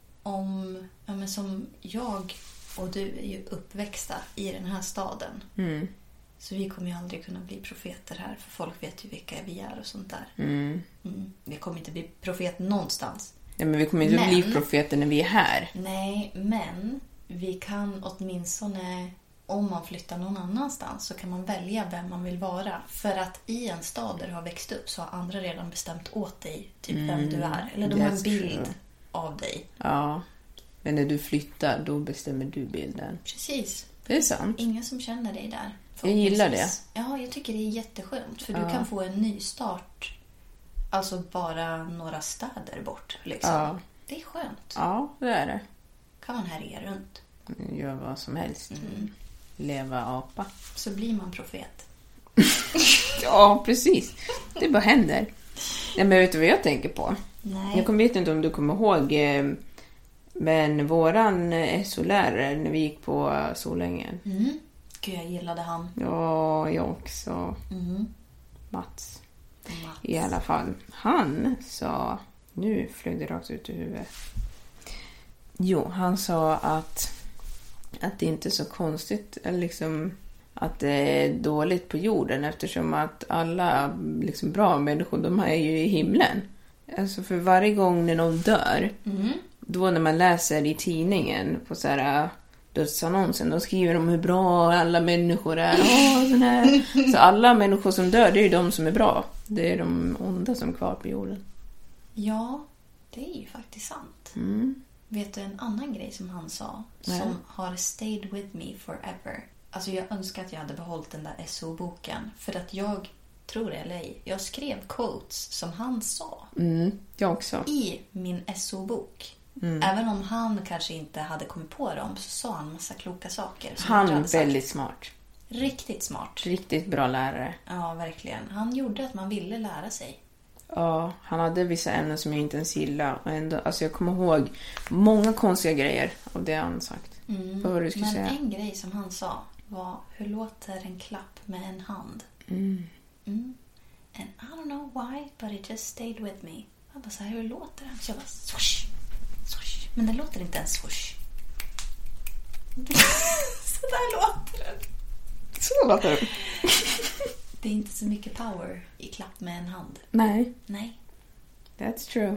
som jag och du är ju uppväxta i den här staden. Så vi kommer ju aldrig kunna bli profeter här. För folk vet ju vilka vi är och sånt där. Vi kommer inte bli profet någonstans. Ja, men vi kommer inte bli profeter när vi är här. Nej, men vi kan åtminstone... Om man flyttar någon annanstans så kan man välja vem man vill vara. För att i en stad där du har växt upp så har andra redan bestämt åt dig typ vem du är. Eller de har en bild av dig. Ja, men när du flyttar då bestämmer du bilden. Precis. Det är sant. Ingen som känner dig där. Jag gillar det. Ja, jag tycker det är jätteskönt. För du kan få en ny start. Alltså bara några städer bort. Liksom. Ja. Det är skönt. Ja, det är det. Kan man härja runt. Gör vad som helst. Leva apa. Så blir man profet. Ja, precis. Det bara händer. Nej, men vet du vad jag tänker på? Nej. Jag vet inte om du kommer ihåg, men våran SO-lärare när vi gick på Solängen. Gud, jag gillade han. Ja, jag också. Mats. I alla fall. Han sa, nu flög det rakt ut i huvudet. Jo, han sa att det inte är så konstigt liksom, att det är dåligt på jorden eftersom att alla liksom, bra människor, de är ju i himlen. Alltså för varje gång när någon dör, då när man läser i tidningen på så här dödsannonsen, då skriver de hur bra alla människor är. Sån här. Så alla människor som dör, det är ju de som är bra. Det är de onda som är kvar på jorden. Ja, det är ju faktiskt sant. Vet du en annan grej som han sa? Som har stayed with me forever. Alltså jag önskar att jag hade behållit den där SO-boken. För att jag, tror det eller ej, jag skrev quotes som han sa. Jag också. I min SO-bok. Även om han kanske inte hade kommit på dem så sa han en massa kloka saker. Han är väldigt smart. Riktigt smart. Riktigt bra lärare. Ja, verkligen. Han gjorde att man ville lära sig. Ja, han hade vissa ämnen som jag inte ens gillade. Och ändå, alltså jag kommer ihåg många konstiga grejer av det han sagt. Vad var det du skulle säga? En grej som han sa var, hur låter en klapp med en hand? And I don't know why, but it just stayed with me. Jag bara så här, hur låter den? Så jag bara, swoosh, swoosh. Men det låter inte ens swoosh. Så där låter den. Så låter den. Det är inte så mycket power i klapp med en hand. Nej. That's true.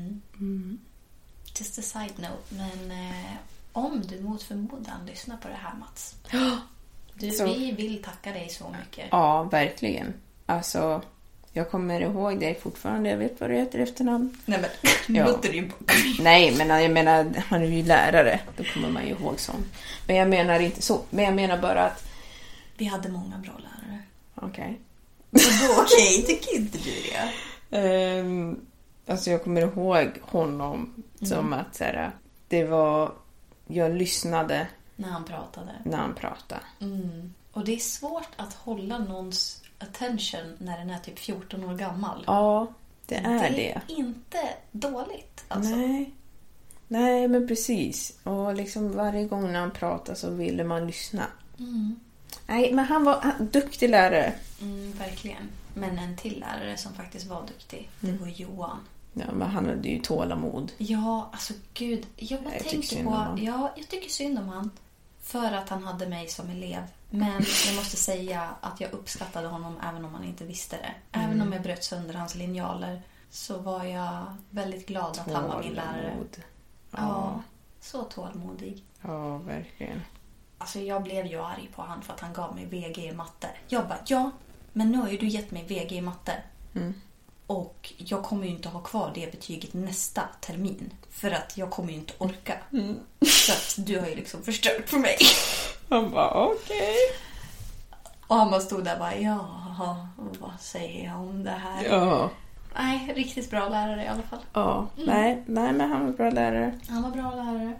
Just a side note. Men om du mot förmodan lyssnar på det här, Mats. Vi vill tacka dig så mycket. Ja, verkligen. Alltså, jag kommer ihåg dig fortfarande. Jag vet vad du heter efternamn. Nej, men låter det ju. Nej, men jag menar, han är ju lärare. Då kommer man ju ihåg sånt. Men jag menar inte så. Men jag menar bara att vi hade många bra lärare. Okej. Okej, tycker inte du det? Alltså jag kommer ihåg honom som att så här, det var, jag lyssnade när han pratade. Och det är svårt att hålla någons attention när den är typ 14 år gammal. Ja, det är det. Det är inte dåligt. Alltså. Nej, men precis. Och liksom varje gång när han pratade så ville man lyssna. Nej, men han var en duktig lärare. Verkligen. Men en till lärare som faktiskt var duktig, det var Johan. Ja, men han hade ju tålamod. Ja, alltså gud. Jag tycker synd om han. För att han hade mig som elev. Men jag måste säga att jag uppskattade honom även om han inte visste det. Även om jag bröt sönder hans linjaler så var jag väldigt glad att han var min lärare. Ja, så tålmodig. Ja, verkligen. Alltså jag blev ju arg på han för att han gav mig VG i matte. Jag bara, men nu har ju du gett mig VG i matte. Och jag kommer ju inte ha kvar det betyget nästa termin. För att jag kommer ju inte orka. Så att du har ju liksom förstört för mig. Han bara, okej. Och han bara stod där och bara, jaha, vad säger jag om det här? Ja. Nej, riktigt bra lärare i alla fall. Ja, nej, men han var bra lärare. Han var bra lärare.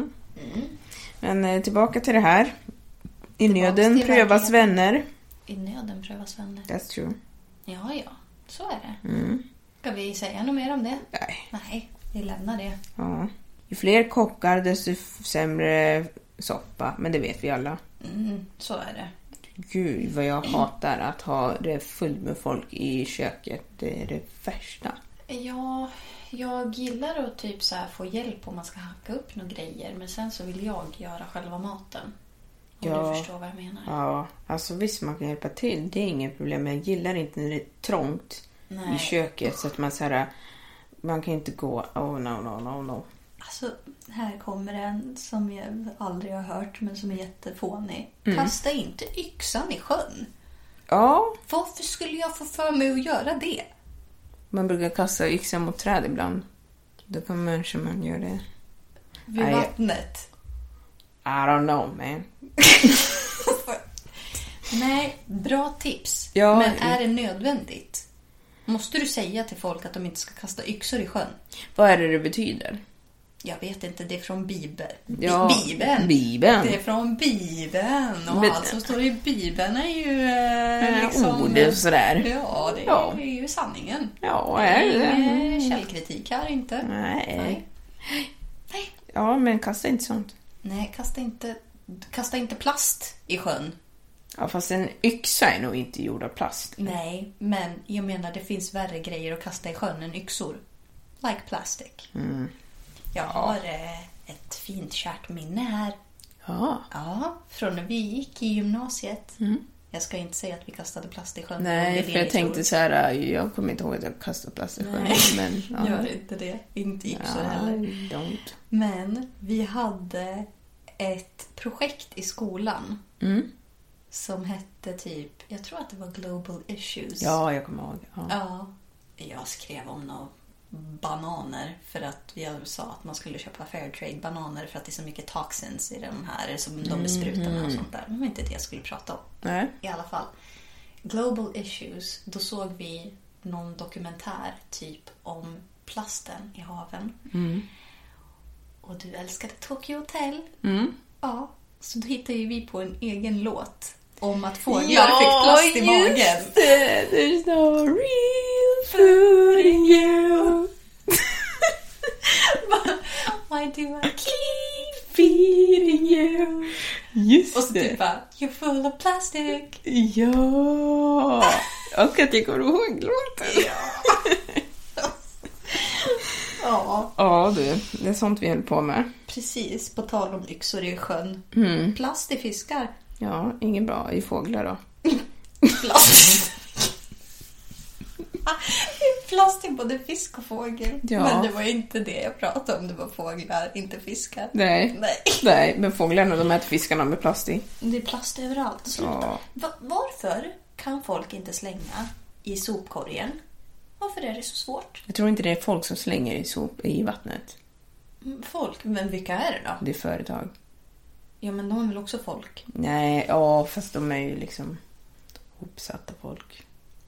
Men tillbaka till det här. I nöden prövas vänner. I nöden prövas vänner. That's true. Ja, så är det. Ska vi säga något mer om det? Nej, vi lämnar det. Ja. Ju fler kockar desto sämre soppa. Men det vet vi alla. Så är det. Gud vad jag hatar att ha det fullt med folk i köket. Det är det värsta. Ja, jag gillar att typ så här få hjälp om man ska hacka upp några grejer. Men sen så vill jag göra själva maten. Om du förstår vad jag menar. Ja, alltså visst man kan hjälpa till. Det är inget problem. Men jag gillar inte när det är trångt i köket. Så att man så här, man kan inte gå, no. Alltså, här kommer en som jag aldrig har hört men som är jättefånig. Kasta inte yxan i sjön. Ja. Varför skulle jag få för mig att göra det? Man brukar kasta yxan mot träd ibland. Då kan man göra det. Vid vattnet. I don't know, man. Nej, bra tips. Ja, men är det nödvändigt? Måste du säga till folk att de inte ska kasta yxor i sjön? Vad är det betyder? Jag vet inte, det är från Bibeln. Ja, Bibeln. Det är från Bibeln. Och allt som står i Bibeln är ju liksom... ord och sådär. Ja, det är ju sanningen. Ja, det är källkritik här inte. Nej. Ja, men kasta inte sånt. Nej, kasta inte plast i sjön. Ja, fast en yxa är nog inte gjord av plast. Nej, men jag menar det finns värre grejer att kasta i sjön än yxor. Like plastic. Jag har ett fint kärt minne här. Ja, från när vi gick i gymnasiet. Jag ska inte säga att vi kastade plast i sjön. Nej, för jag tänkte så här, jag kommer inte ihåg att jag kastade plast i sjön. Men, gör inte det. Inte yxor heller. Don't. Men vi hade ett projekt i skolan. Som hette typ, jag tror att det var Global Issues. Ja, jag kommer ihåg. Ja, jag skrev om några bananer för att vi sa att man skulle köpa Fairtrade bananer för att det är så mycket toxins i de här som de besprutar med och sånt där. Men det var inte det jag skulle prata om. Nej. I alla fall. Global Issues, då såg vi någon dokumentär typ om plasten i haven. Och du älskade Tokyo Hotel. Ja, så då hittade vi på en egen låt om att fåglar fick plast i magen. There's no real food in you. Why do I keep feeding you? Just och så typ bara, you're full of plastic. Ja. Och att jag kommer ihåg låten. Ja, Ja, du. Det är sånt vi håller på med. precis. På tal om yxor i sjön. Plast i fiskar. Ja, ingen bra i fåglar då. Plast. Plast i både fisk och fågel. Ja. Men det var inte det jag pratade om. Det var fåglar, inte fiskar. Nej. Nej, men fåglarna, de äter fiskarna med plast i. Det är plast överallt. Sluta. Ja. Varför kan folk inte slänga i sopkorgen? Varför är det så svårt? Jag tror inte det är folk som slänger i vattnet. Folk? Men vilka är det då? Det är företag. Ja, men de är väl också folk? Nej, ja, fast de är ju liksom uppsatta folk.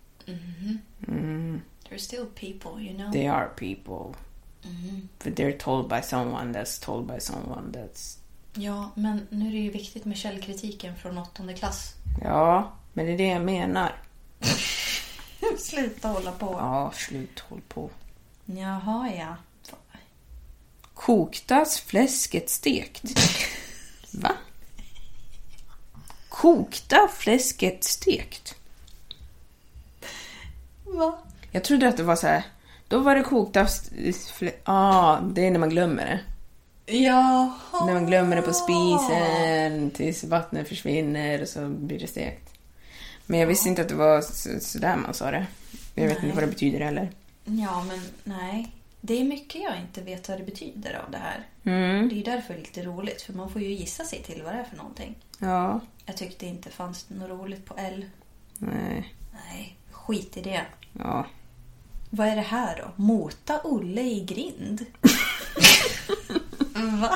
They're still people, you know? They are people. But they're told by someone that's told by someone that's... Ja, men nu är det ju viktigt med källkritiken från 8:e klass. Ja, men det är det jag menar. Sluta hålla på. Ja, slut håll på. Jaha, ja. Koktas fläsket stekt? Va? Kokta fläsket stekt? Va? Jag trodde att det var så här. Då var det kokta det är när man glömmer det. Jaha. När man glömmer det på spisen tills vattnet försvinner och så blir det stekt. Men jag visste inte att det var så där man sa det. Jag vet inte vad det betyder heller. Ja, men nej. Det är mycket jag inte vet vad det betyder av det här. Det är därför lite roligt. För man får ju gissa sig till vad det är för någonting. Ja. Jag tyckte inte fanns något roligt på L. Nej. Nej, skit i det. Ja. Vad är det här då? Mota Olle i grind? Va?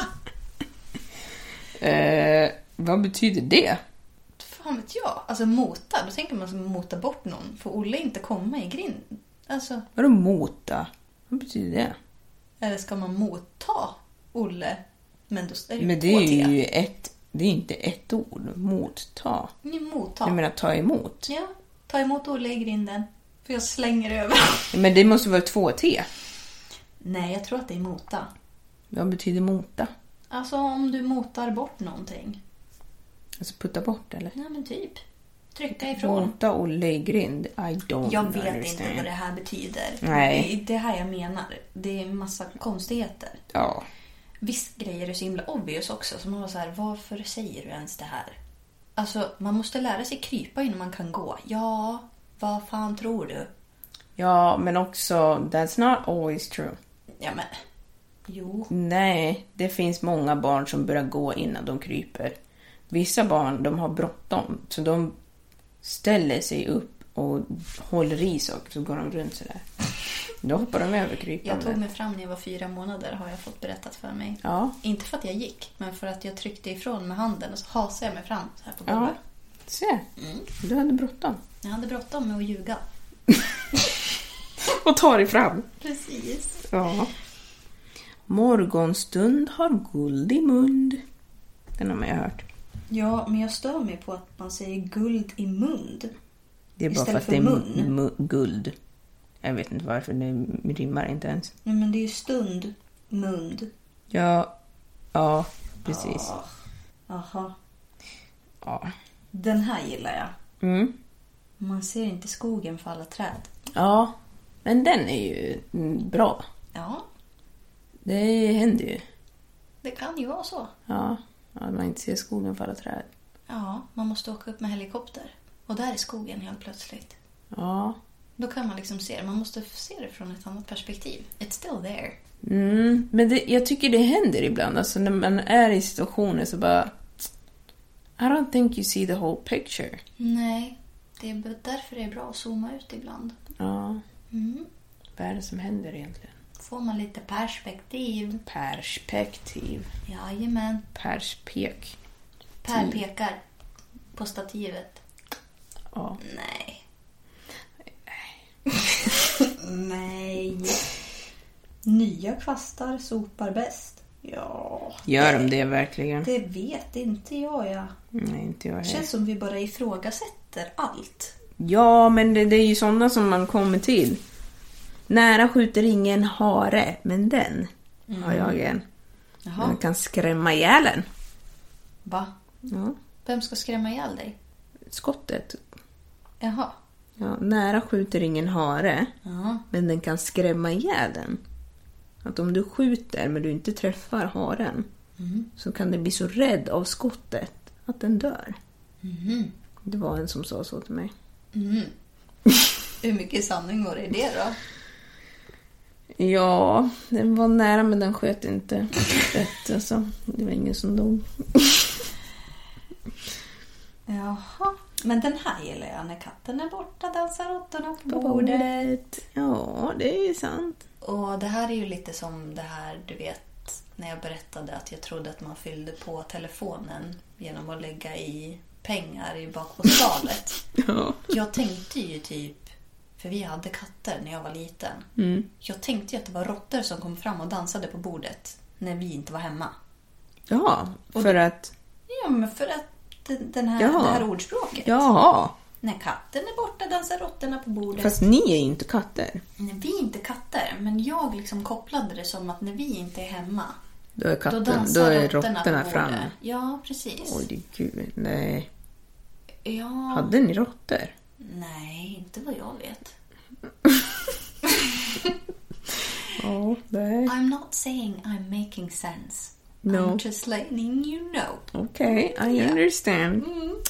Vad betyder det? Fan vet jag. Alltså mota, då tänker man som mota bort någon. Får Olle inte komma i grind? Alltså... Vadå mota? Vad betyder det? Eller ska man motta Olle? Men då är det Men det är ju det är inte ett ord. Motta. Motta. Du menar ta emot? Ja, ta emot Olle i grinden. För jag slänger över. Men det måste vara 2 T. Nej, jag tror att det är mota. Vad betyder mota? Alltså om du motar bort någonting. Alltså putta bort eller? Nej, men typ. Trycka ifrån. Mota Olle i grind. I don't Jag understand. vet inte vad det här betyder. Nej. Det är här jag menar. Det är en massa konstigheter. Ja. Visst grejer är så himla obvious också. Så man var så här, varför säger du ens det här? Alltså, man måste lära sig krypa innan man kan gå. Ja, vad fan tror du? Ja, men också that's not always true. Ja, men... Jo. Nej, det finns många barn som börjar gå innan de kryper. Vissa barn, de har bråttom. Så de ställer sig upp och håller i saker. Så går de runt sådär. Då hoppar de över krypande. Jag tog mig fram när jag var 4 månader, har jag fått berättat för mig. Ja. Inte för att jag gick, men för att jag tryckte ifrån med handen och så hasade jag mig fram så här på golvet. Ja, se. Du hade bråttom. Jag hade bråttom med att ljuga. Och tar dig fram. Precis. Ja. Morgonstund har guld i mund. Den har man ju hört. Ja, men jag stör mig på att man säger guld i mund. Det är bara för att det är guld. Jag vet inte varför, det rimmar inte ens. Nej, men det är ju stund, mund. Ja, precis. Aha. Ja. Den här gillar jag. Mm. Man ser inte skogen för alla träd. Ja, men den är ju bra. Ja. Det händer ju. Det kan ju vara så. Ja, att man inte ser skogen för alla träd. Ja, man måste åka upp med helikopter. Och där är skogen helt plötsligt. Ja. Då kan man liksom se det. Man måste se det från ett annat perspektiv. It's still there. Men jag tycker det händer ibland. Alltså när man är i situationer så bara... I don't think you see the whole picture. Nej, det är därför det är bra att zooma ut ibland. Ja. Vad är det som händer egentligen? Får man lite perspektiv. Perspektiv. Jajamän. Perspek. Per pekar på stativet. Ja. Nej. Nej. Nya kvastar sopar bäst. Ja. Gör de det verkligen? Det vet inte jag, ja. Nej, inte jag heller. Känns som vi bara ifrågasätter allt. Ja, men det är ju sådana som man kommer till. Nära skjuter ingen hare, men den har jag en. Jaha. Den kan skrämma ihjäl en. Va? Ja. Vem ska skrämma ihjäl dig? Skottet. Jaha. Ja, nära skjuter ingen hare, Ja. men den kan skrämma ihjäl den. att om du skjuter men du inte träffar haren så kan det bli så rädd av skottet att den dör. Det var en som sa så till mig. Hur mycket sanning var det i det då? Ja, den var nära men den sköt inte rätt. Alltså. Det var ingen som dog. Jaha. Men den här gillar jag. När katten är borta dansar råttorna på bordet. Ja, det är sant. Och det här är ju lite som det här, du vet, när jag berättade att jag trodde att man fyllde på telefonen genom att lägga i pengar i bakpåskalet. Ja. Jag tänkte ju typ, för vi hade katter när jag var liten. Jag tänkte ju att det var råttor som kom fram och dansade på bordet när vi inte var hemma. Ja, för att... Ja, men för att det här ordspråket. Jaha. När katten är borta dansar råttorna på bordet. Fast ni är inte katter. Nej, vi är inte katter. Men jag liksom kopplade det som att när vi inte är hemma, då är katten, då då är råttorna på framme. bordet. Ja, precis. Oj, gud, nej. Ja. Hade ni råttor? Nej, inte vad jag vet. Ja, nej. I'm not saying I'm making sense. No. I'm just letting you know. Okej, I understand.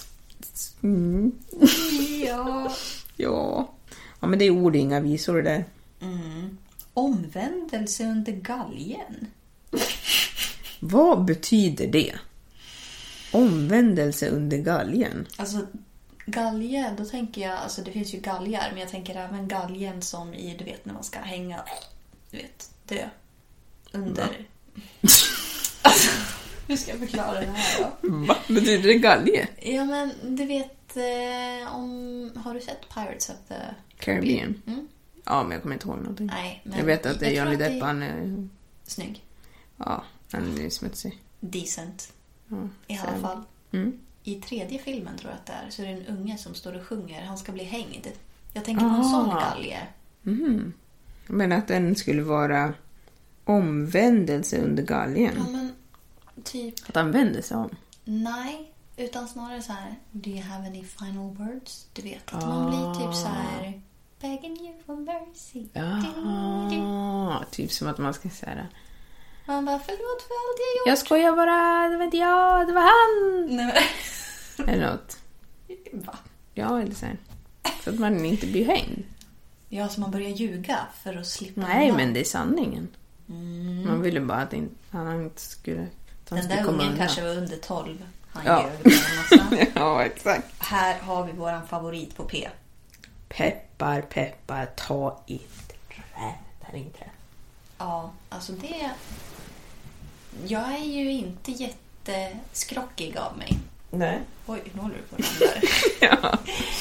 Ja. Ja. Ja, men det är ord, inga visor det där. Omvändelse under galgen. Vad betyder det? Omvändelse under galgen. Alltså galge, då tänker jag, alltså det finns ju galgar, men jag tänker även galgen som i, du vet, när man ska hänga, du vet, dö under. Alltså, hur ska jag förklara det här då? Vad betyder det galge? Ja, men du vet, har du sett Pirates of the Caribbean? Mm? Ja, men jag kommer inte ihåg någonting. Nej, men jag vet att det är Johnny Depp, han är snygg. Ja, han är smutsig. Decent. Ja, i alla fall. I 3:e filmen tror jag att det är, så är det en unge som står och sjunger. Han ska bli hängd. Jag tänker på en sån galge. Men att den skulle vara omvändelse under galgen. Ja, men typ... Att han vänder sig om. Nej, utan snarare så här: do you have any final words? Du vet att man blir typ så här: begging you for mercy. Ja, typ som att man ska säga: man bara, förlåt för allt jag gjort. Jag skojar bara, det var inte jag, det var han. Nej, men... Eller något. Va? Ja, eller så här. Så att man inte blir hängd. Ja, så man börjar ljuga för att slippa. Nej, men det är sanningen. Man ville bara att han inte skulle... Den där ungen kanske var under 12. Han ljög massa. Ja, exakt. Här har vi våran favorit på P. Peppar, peppar, ta i trä. Där är inte trä. Ja, alltså det... Jag är ju inte jätteskrockig av mig. Nej. Oj, nu håller du på den där. Ja.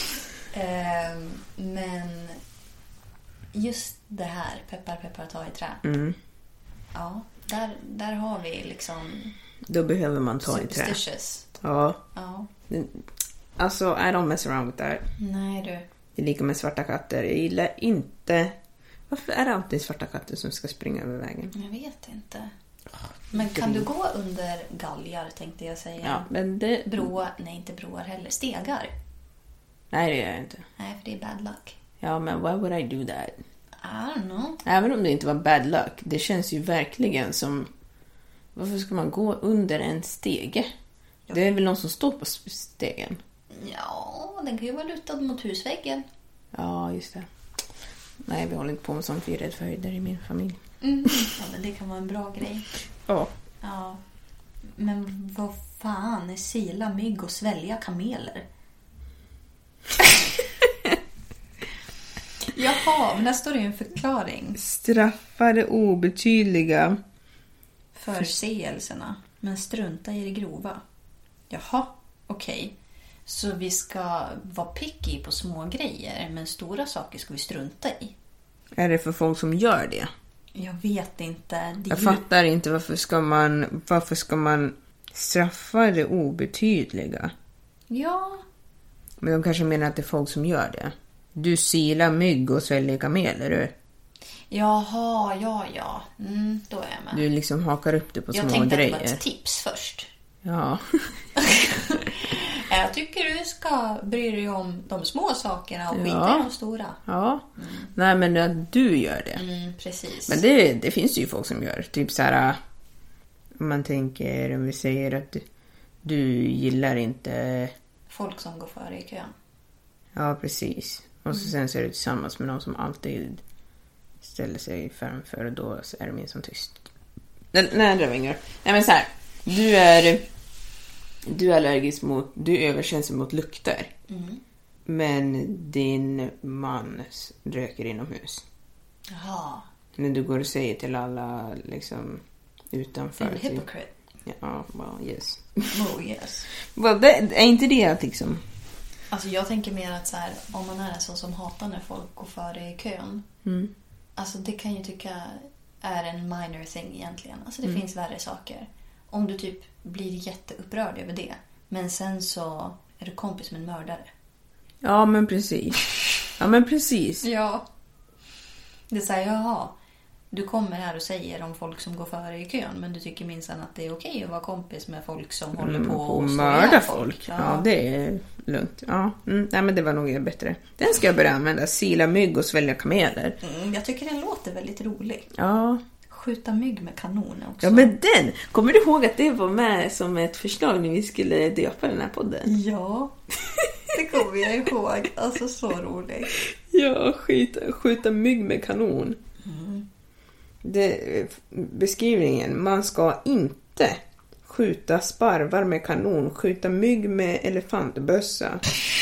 Men just det här, peppar, peppar, ta i trä. Ja, där har vi liksom... Då behöver man ta i trä. Ja. Alltså, I don't mess around with that. Nej, du. Det är lika med svarta katter. Jag gillar inte... Varför är det alltid svarta katter som ska springa över vägen? Jag vet inte. Men kan du gå under galgar, tänkte jag säga. Ja, men det... Broar, nej inte broar heller. Stegar. Nej, det gör jag inte. Nej, för det är bad luck. Ja, men why would I do that? I don't know. Även om det inte var bad luck. Det känns ju verkligen som... Varför ska man gå under en stege? Ja. Det är väl någon som står på stegen? Ja, den kan ju vara lutad mot husväggen. Ja, just det. Nej, vi håller inte på med sånt. Vi är rädd för höjder i min familj. Ja, men det kan vara en bra grej. Ja. Ja. Men vad fan är sila mygg och svälja kameler? Jaha, men där står det ju en förklaring. Straffade obetydliga förseelserna, men strunta i det grova. Jaha, okej. Så vi ska vara picky på små grejer, men stora saker ska vi strunta i. Är det för folk som gör det? Jag vet inte. Jag fattar inte, varför ska man straffa det obetydliga? Ja. Men de kanske menar att det är folk som gör det. Du silar mygg och sväljer kameler, du. Jaha, ja. Då är jag med. Du liksom hakar upp det på små grejer. Jag tänkte att det var ett tips först. Ja. Jag tycker du ska bry dig om de små sakerna och skita i de stora. Ja. Nej, men att du gör det. Precis. Men det finns ju folk som gör. Typ så här, om man tänker, om vi säger att du gillar inte... Folk som går före i kön. Ja, precis. Och så sen så är du tillsammans med någon som alltid ställer sig framför och då så är det min som tyst. Nej, det var inget. Nej, men så här. Du är allergisk mot... Du är överkänslig mot lukter. Men din man röker inomhus. Jaha. När du går och säger till alla liksom utanför... En hypocrite. Ja, well, yes. Oh, yes. Well, är inte det att liksom... Alltså jag tänker mer att så här, om man är en sån som hatar när folk går före i kön. Alltså det kan ju tycka är en minor thing egentligen. Alltså det finns värre saker. Om du typ blir jätteupprörd över det. Men sen så är du kompis med en mördare. Ja, men precis. Ja. Det säger jaha. Du kommer här och säger om folk som går före i kön. Men du tycker minsann att det är okej att vara kompis med folk som håller på och mörda folk. Ja, det är lugnt. Ja. Nej, men det var nog bättre. Den ska jag börja använda. Sila mygg och svälja kameler. Jag tycker den låter väldigt rolig. Ja. Skjuta mygg med kanoner också. Ja, men den! Kommer du ihåg att det var med som ett förslag när vi skulle döpa den här podden? Ja, det kommer jag ihåg. Alltså så roligt. Ja, skjuta mygg med kanon. Beskrivningen. Man ska inte skjuta sparvar med kanon. Skjuta mygg med elefantbössa.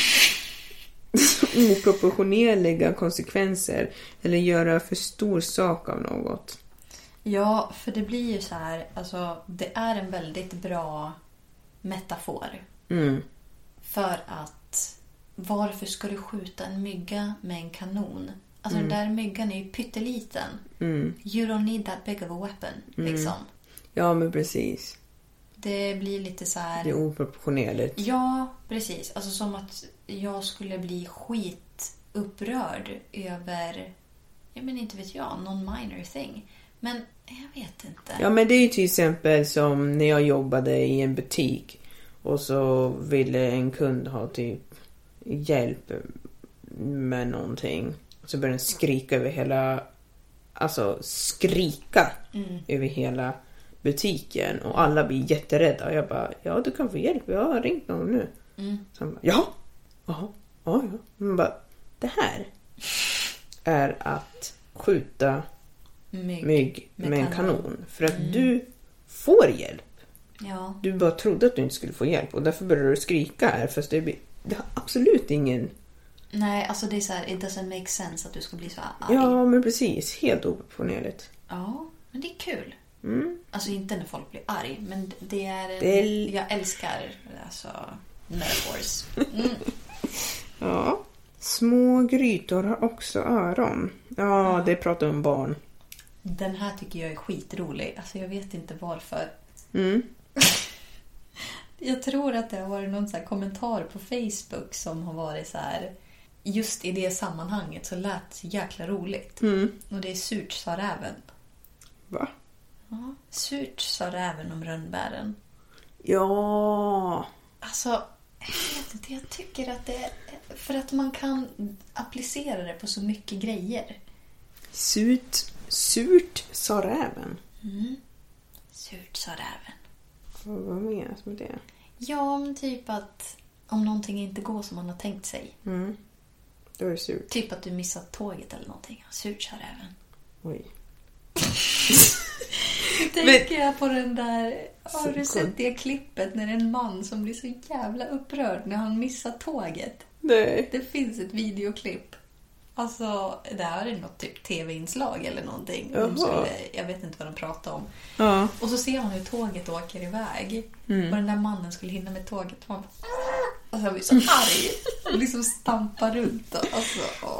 Oproportionerliga konsekvenser. Eller göra för stor sak av något. Ja, för det blir ju så här. Alltså, det är en väldigt bra metafor. För att varför ska du skjuta en mygga med en kanon? Alltså den där myggan är ju pytteliten. You don't need that big of a weapon. Liksom. Ja, men precis. Det blir lite så här... Det är oproportionerligt. Ja, precis. Alltså som att jag skulle bli skitupprörd över... Ja, men inte vet jag. Någon minor thing. Men jag vet inte. Ja, men det är ju till exempel som när jag jobbade i en butik. Och så ville en kund ha typ hjälp med någonting. Så började den skrika över hela... Alltså skrika över hela butiken. Och alla blir jätterädda. Och jag bara, ja du kan få hjälp. Jag har ringt någon nu. Så han bara, ja. Ja. Man bara, det här är att skjuta mygg med en kanon. För att du får hjälp. Ja. Du bara trodde att du inte skulle få hjälp. Och därför började du skrika här. Fast det har absolut ingen... Nej, alltså det är så här, it doesn't make sense att du ska bli så arg. Ja, men precis. Helt oproportionerligt. Ja, men det är kul. Alltså inte när folk blir arg, men det är... Jag älskar alltså metaphors. Ja. Små grytor har också öron. Ja, det pratar om barn. Den här tycker jag är skitrolig. Alltså jag vet inte varför. Jag tror att det har varit någon så här kommentar på Facebook som har varit så här... Just i det sammanhanget så lät det jäkla roligt. Och det är surt, sa räven. Va? Ja, surt, sa räven om rönnbären. Ja. Alltså, jag vet inte. Jag tycker att det är... För att man kan applicera det på så mycket grejer. Surt, sa räven. Surt, sa räven. Vad menas med det? Ja, men typ att om någonting inte går som man har tänkt sig. Då är det surt. Typ att du missat tåget eller någonting. Surt, sa räven. Oj. Tänker jag på den där... Har du sett det klippet när en man som blir så jävla upprörd när han missar tåget? Nej. Det finns ett videoklipp. Alltså, det här är något typ tv-inslag eller någonting. Jag vet inte vad de pratar om. Ja. Och så ser man hur tåget åker iväg. Och den där mannen skulle hinna med tåget. Och han blir så arg. Och liksom stampar runt. Alltså,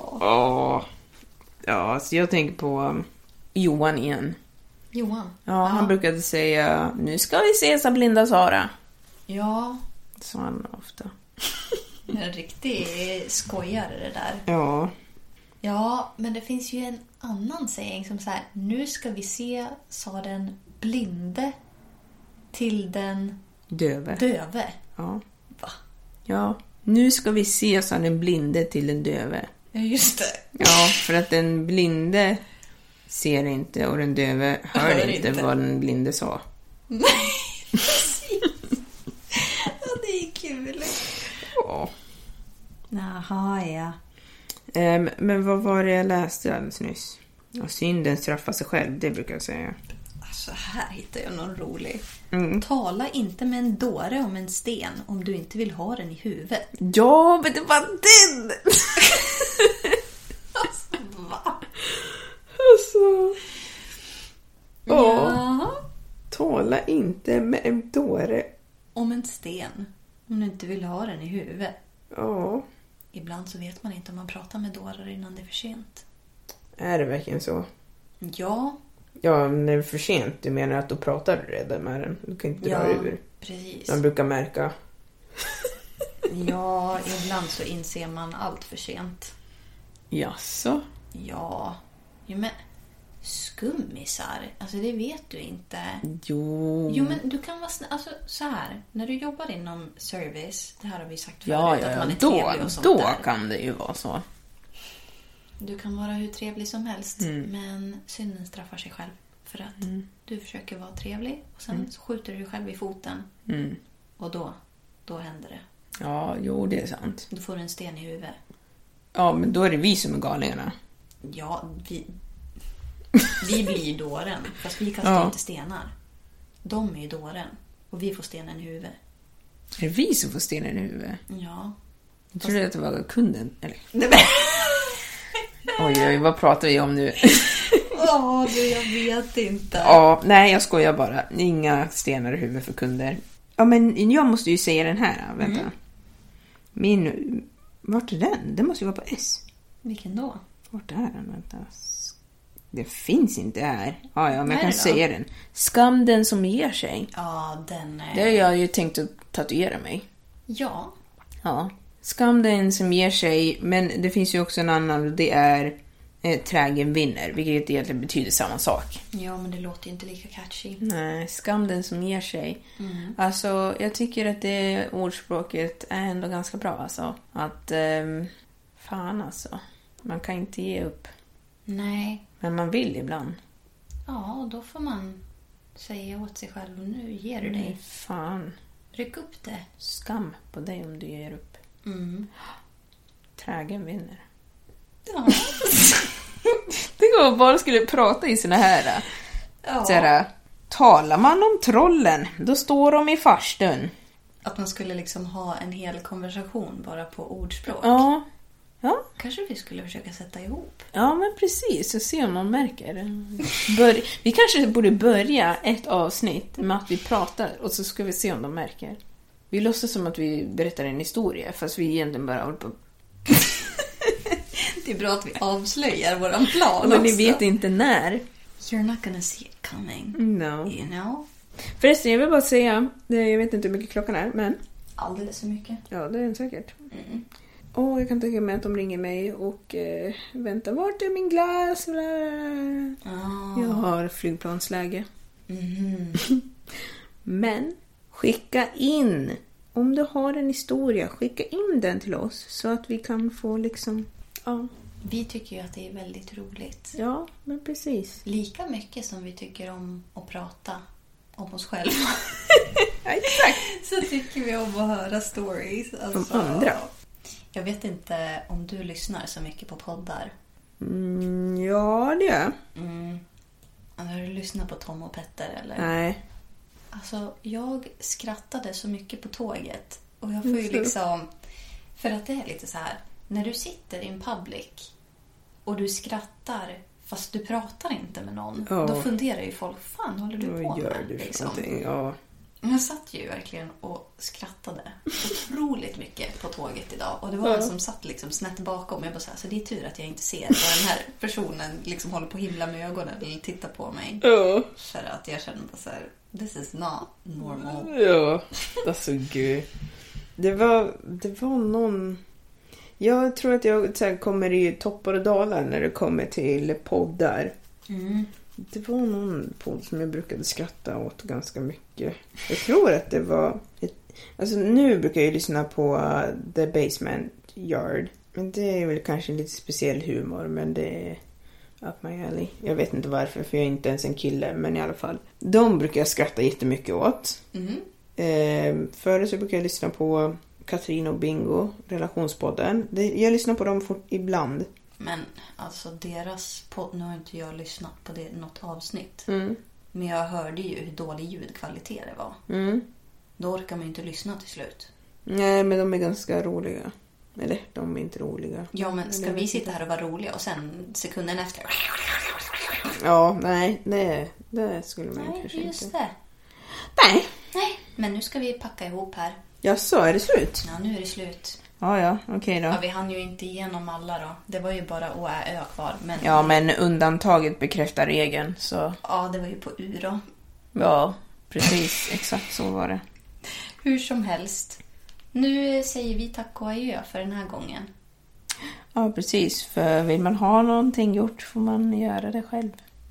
Ja, så jag tänker på Johan igen. Johan? Ja, han brukade säga, nu ska vi se som blinda Sara. Ja. Så han ofta. En riktig skojare det där. Ja. Ja, men det finns ju en annan sägning som så här: nu ska vi se, sa den blinde till den döve. Döve. Ja. Va? Ja, nu ska vi se, sa den blinde till den döve. Ja, just det. Ja, för att den blinde ser inte och den döve hör inte vad den blinde sa. Nej, precis. Ja, det är kul. Ja. Jaha, ja. Men vad var det jag läste alldeles nyss? Ja, synden straffar sig själv, det brukar jag säga. Alltså, här hittar jag någon rolig. Mm. Tala inte med en dåre om en sten om du inte vill ha den i huvudet. Ja, men det var den! Alltså, va? Alltså... Ja. Tala inte med en dåre. Om en sten. Om du inte vill ha den i huvudet. Ja. Ibland så vet man inte om man pratar med dårar innan det är för sent. Är det verkligen så? Ja. Ja, när det är för sent. Du menar att då pratar du redan med den. Du kan inte dra ur. Precis. Man brukar märka. Ja, ibland så inser man allt för sent. Jaså? Ja, men skummisar, alltså det vet du inte. Jo, men du kan vara alltså så här, när du jobbar inom service, det här har vi sagt förut, ja, att man är trevlig och sånt då där. kan det ju vara så. Du kan vara hur trevlig som helst, men synden straffar sig själv för att du försöker vara trevlig och sen så skjuter du dig själv i foten. Och då händer det. Ja, jo, det är sant. Då får du en sten i huvudet. Ja, men då är det vi som är galningarna. Ja, vi blir ju dåren. Fast vi kastar inte stenar. De är ju dåren. Och vi får stenen i huvudet. Är det vi som får stenen i huvudet? Ja. Jag trodde att det var kunden. Eller? Oj, vad pratar vi om nu? Jag vet inte. Ja, nej, jag skojar bara. Inga stenar i huvudet för kunder. Ja, men jag måste ju säga den här. Vänta. Vart är den? Den måste ju vara på S. Vilken då? Vart är den? Vänta. Det finns inte här. Ja, men jag kan då? säga den. Skam den som ger sig. Ja, den är... Det har jag ju tänkt att tatuera mig. Ja. Ja. Skam den som ger sig. Men det finns ju också en annan. Och det är trägen vinner. Vilket egentligen betyder samma sak. Ja, men det låter ju inte lika catchy. Nej, skam den som ger sig. Alltså, jag tycker att det ordspråket är ändå ganska bra. Alltså. Att, fan alltså. Man kan inte ge upp. Nej. Men man vill ibland. Ja, och då får man säga åt sig själv, nu ger du dig. Fan. Ryck upp det. Skam på dig om du ger upp. Trägen vinner. Ja. Det går bara skulle prata i såna här. Såhär, talar man om trollen, då står de i farstun. Att man skulle liksom ha en hel konversation bara på ordspråk. Ja. Kanske vi skulle försöka sätta ihop. Ja, men precis. Och se om någon märker. Vi kanske borde börja ett avsnitt med att vi pratar. Och så ska vi se om de märker. Vi låtsas som att vi berättar en historia. Fast vi egentligen bara håller på. Det är bra att vi avslöjar våran plan. Men ni vet inte när. You're not gonna see it coming. No. You know? Förresten, jag vill bara säga. Jag vet inte hur mycket klockan är, men. Alldeles så mycket. Ja, det är den säkert. Jag kan tänka mig att de ringer mig och väntar, vart är min glass? Jag har flygplansläge. Men skicka in, om du har en historia, skicka in den till oss så att vi kan få liksom, Vi tycker ju att det är väldigt roligt. Ja, men precis. Lika mycket som vi tycker om att prata om oss själva. Exakt. Så tycker vi om att höra stories. Alltså, från andra. Jag vet inte om du lyssnar så mycket på poddar. Ja, det är. Har du lyssnat på Tom och Petter eller? Nej. Alltså, jag skrattade så mycket på tåget. Och jag får ju liksom... För att det är lite så här. När du sitter i en public och du skrattar fast du pratar inte med någon. Då funderar ju folk, fan håller du på med? Liksom. Jag satt ju verkligen och skrattade otroligt mycket på tåget idag. Och det var en som satt liksom snett bakom. Jag bara så här, så det är tur att jag inte ser vad den här personen liksom håller på att himla med ögonen eller tittar på mig. För att jag kände bara så här, this is not normal. Ja, alltså gud. Det var någon... Jag tror att jag så här, kommer i toppar och dalar när det kommer till poddar. Det var någon podd som jag brukade skratta åt ganska mycket. Jag tror att det var Alltså nu brukar jag lyssna på The Basement Yard. Men det är väl kanske lite speciell humor, men det är up my alley. Jag vet inte varför, för jag är inte ens en kille, men i alla fall. De brukar jag skratta jättemycket åt. Förut så brukar jag lyssna på Katrin och Bingo, relationspodden. Jag lyssnar på dem ibland. Men alltså deras podd, nu har inte jag lyssnat på det något avsnitt. Men jag hörde ju hur dålig ljudkvalitet det var. Då orkar man ju inte lyssna till slut. Nej, men de är ganska roliga. Eller, de är inte roliga. Ja, men ska vi sitta här och vara roliga och sen sekunden efter... Ja, nej, det skulle man kanske inte. Just det. Nej, men nu ska vi packa ihop här. Ja, så är det slut? Ja, nu är det slut. Ja, okej då. Ja, vi hann ju inte igenom alla då. Det var ju bara Å, Ä, Ö kvar. Men... Ja, men undantaget bekräftar regeln, så... Ja, det var ju på U då. Ja, precis. Exakt så var det. Hur som helst. Nu säger vi tack och adjö för den här gången. Ja, precis. För vill man ha någonting gjort får man göra det själv.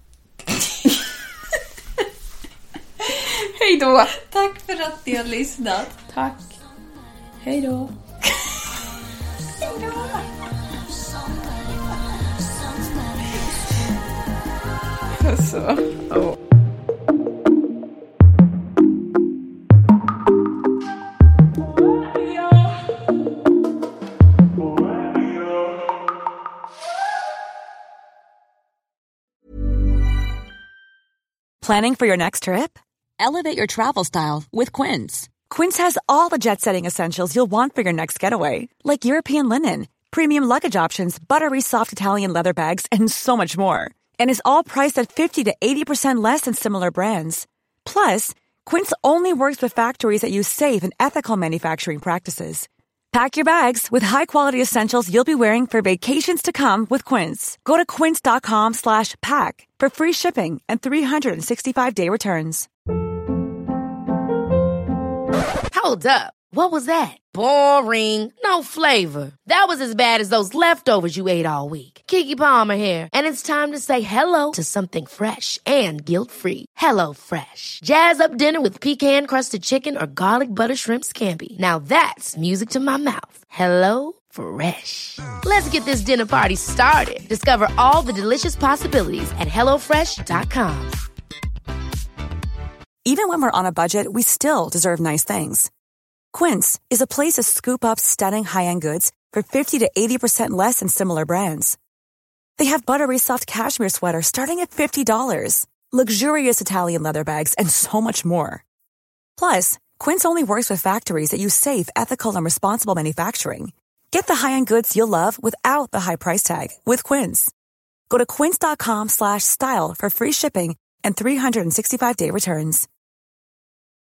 Hej då! Tack för att ni har lyssnat. Tack. Hej då. Alltså, Planning for your next trip? Elevate your travel style with Quince. Quince has all the jet-setting essentials you'll want for your next getaway, like European linen, premium luggage options, buttery soft Italian leather bags, and so much more. And is all priced at 50 to 80% less than similar brands. Plus, Quince only works with factories that use safe and ethical manufacturing practices. Pack your bags with high-quality essentials you'll be wearing for vacations to come with Quince. Go to quince.com/pack for free shipping and 365-day returns. Hold up. What was that? Boring. No flavor. That was as bad as those leftovers you ate all week. Keke Palmer here, and it's time to say hello to something fresh and guilt-free. Hello Fresh. Jazz up dinner with pecan-crusted chicken or garlic butter shrimp scampi. Now that's music to my mouth. Hello Fresh. Let's get this dinner party started. Discover all the delicious possibilities at hellofresh.com. Even when we're on a budget, we still deserve nice things. Quince is a place to scoop up stunning high-end goods for 50 to 80% less than similar brands. They have buttery soft cashmere sweaters starting at $50, luxurious Italian leather bags, and so much more. Plus, Quince only works with factories that use safe, ethical, and responsible manufacturing. Get the high-end goods you'll love without the high price tag with Quince. Go to quince.com/style for free shipping and 365-day returns.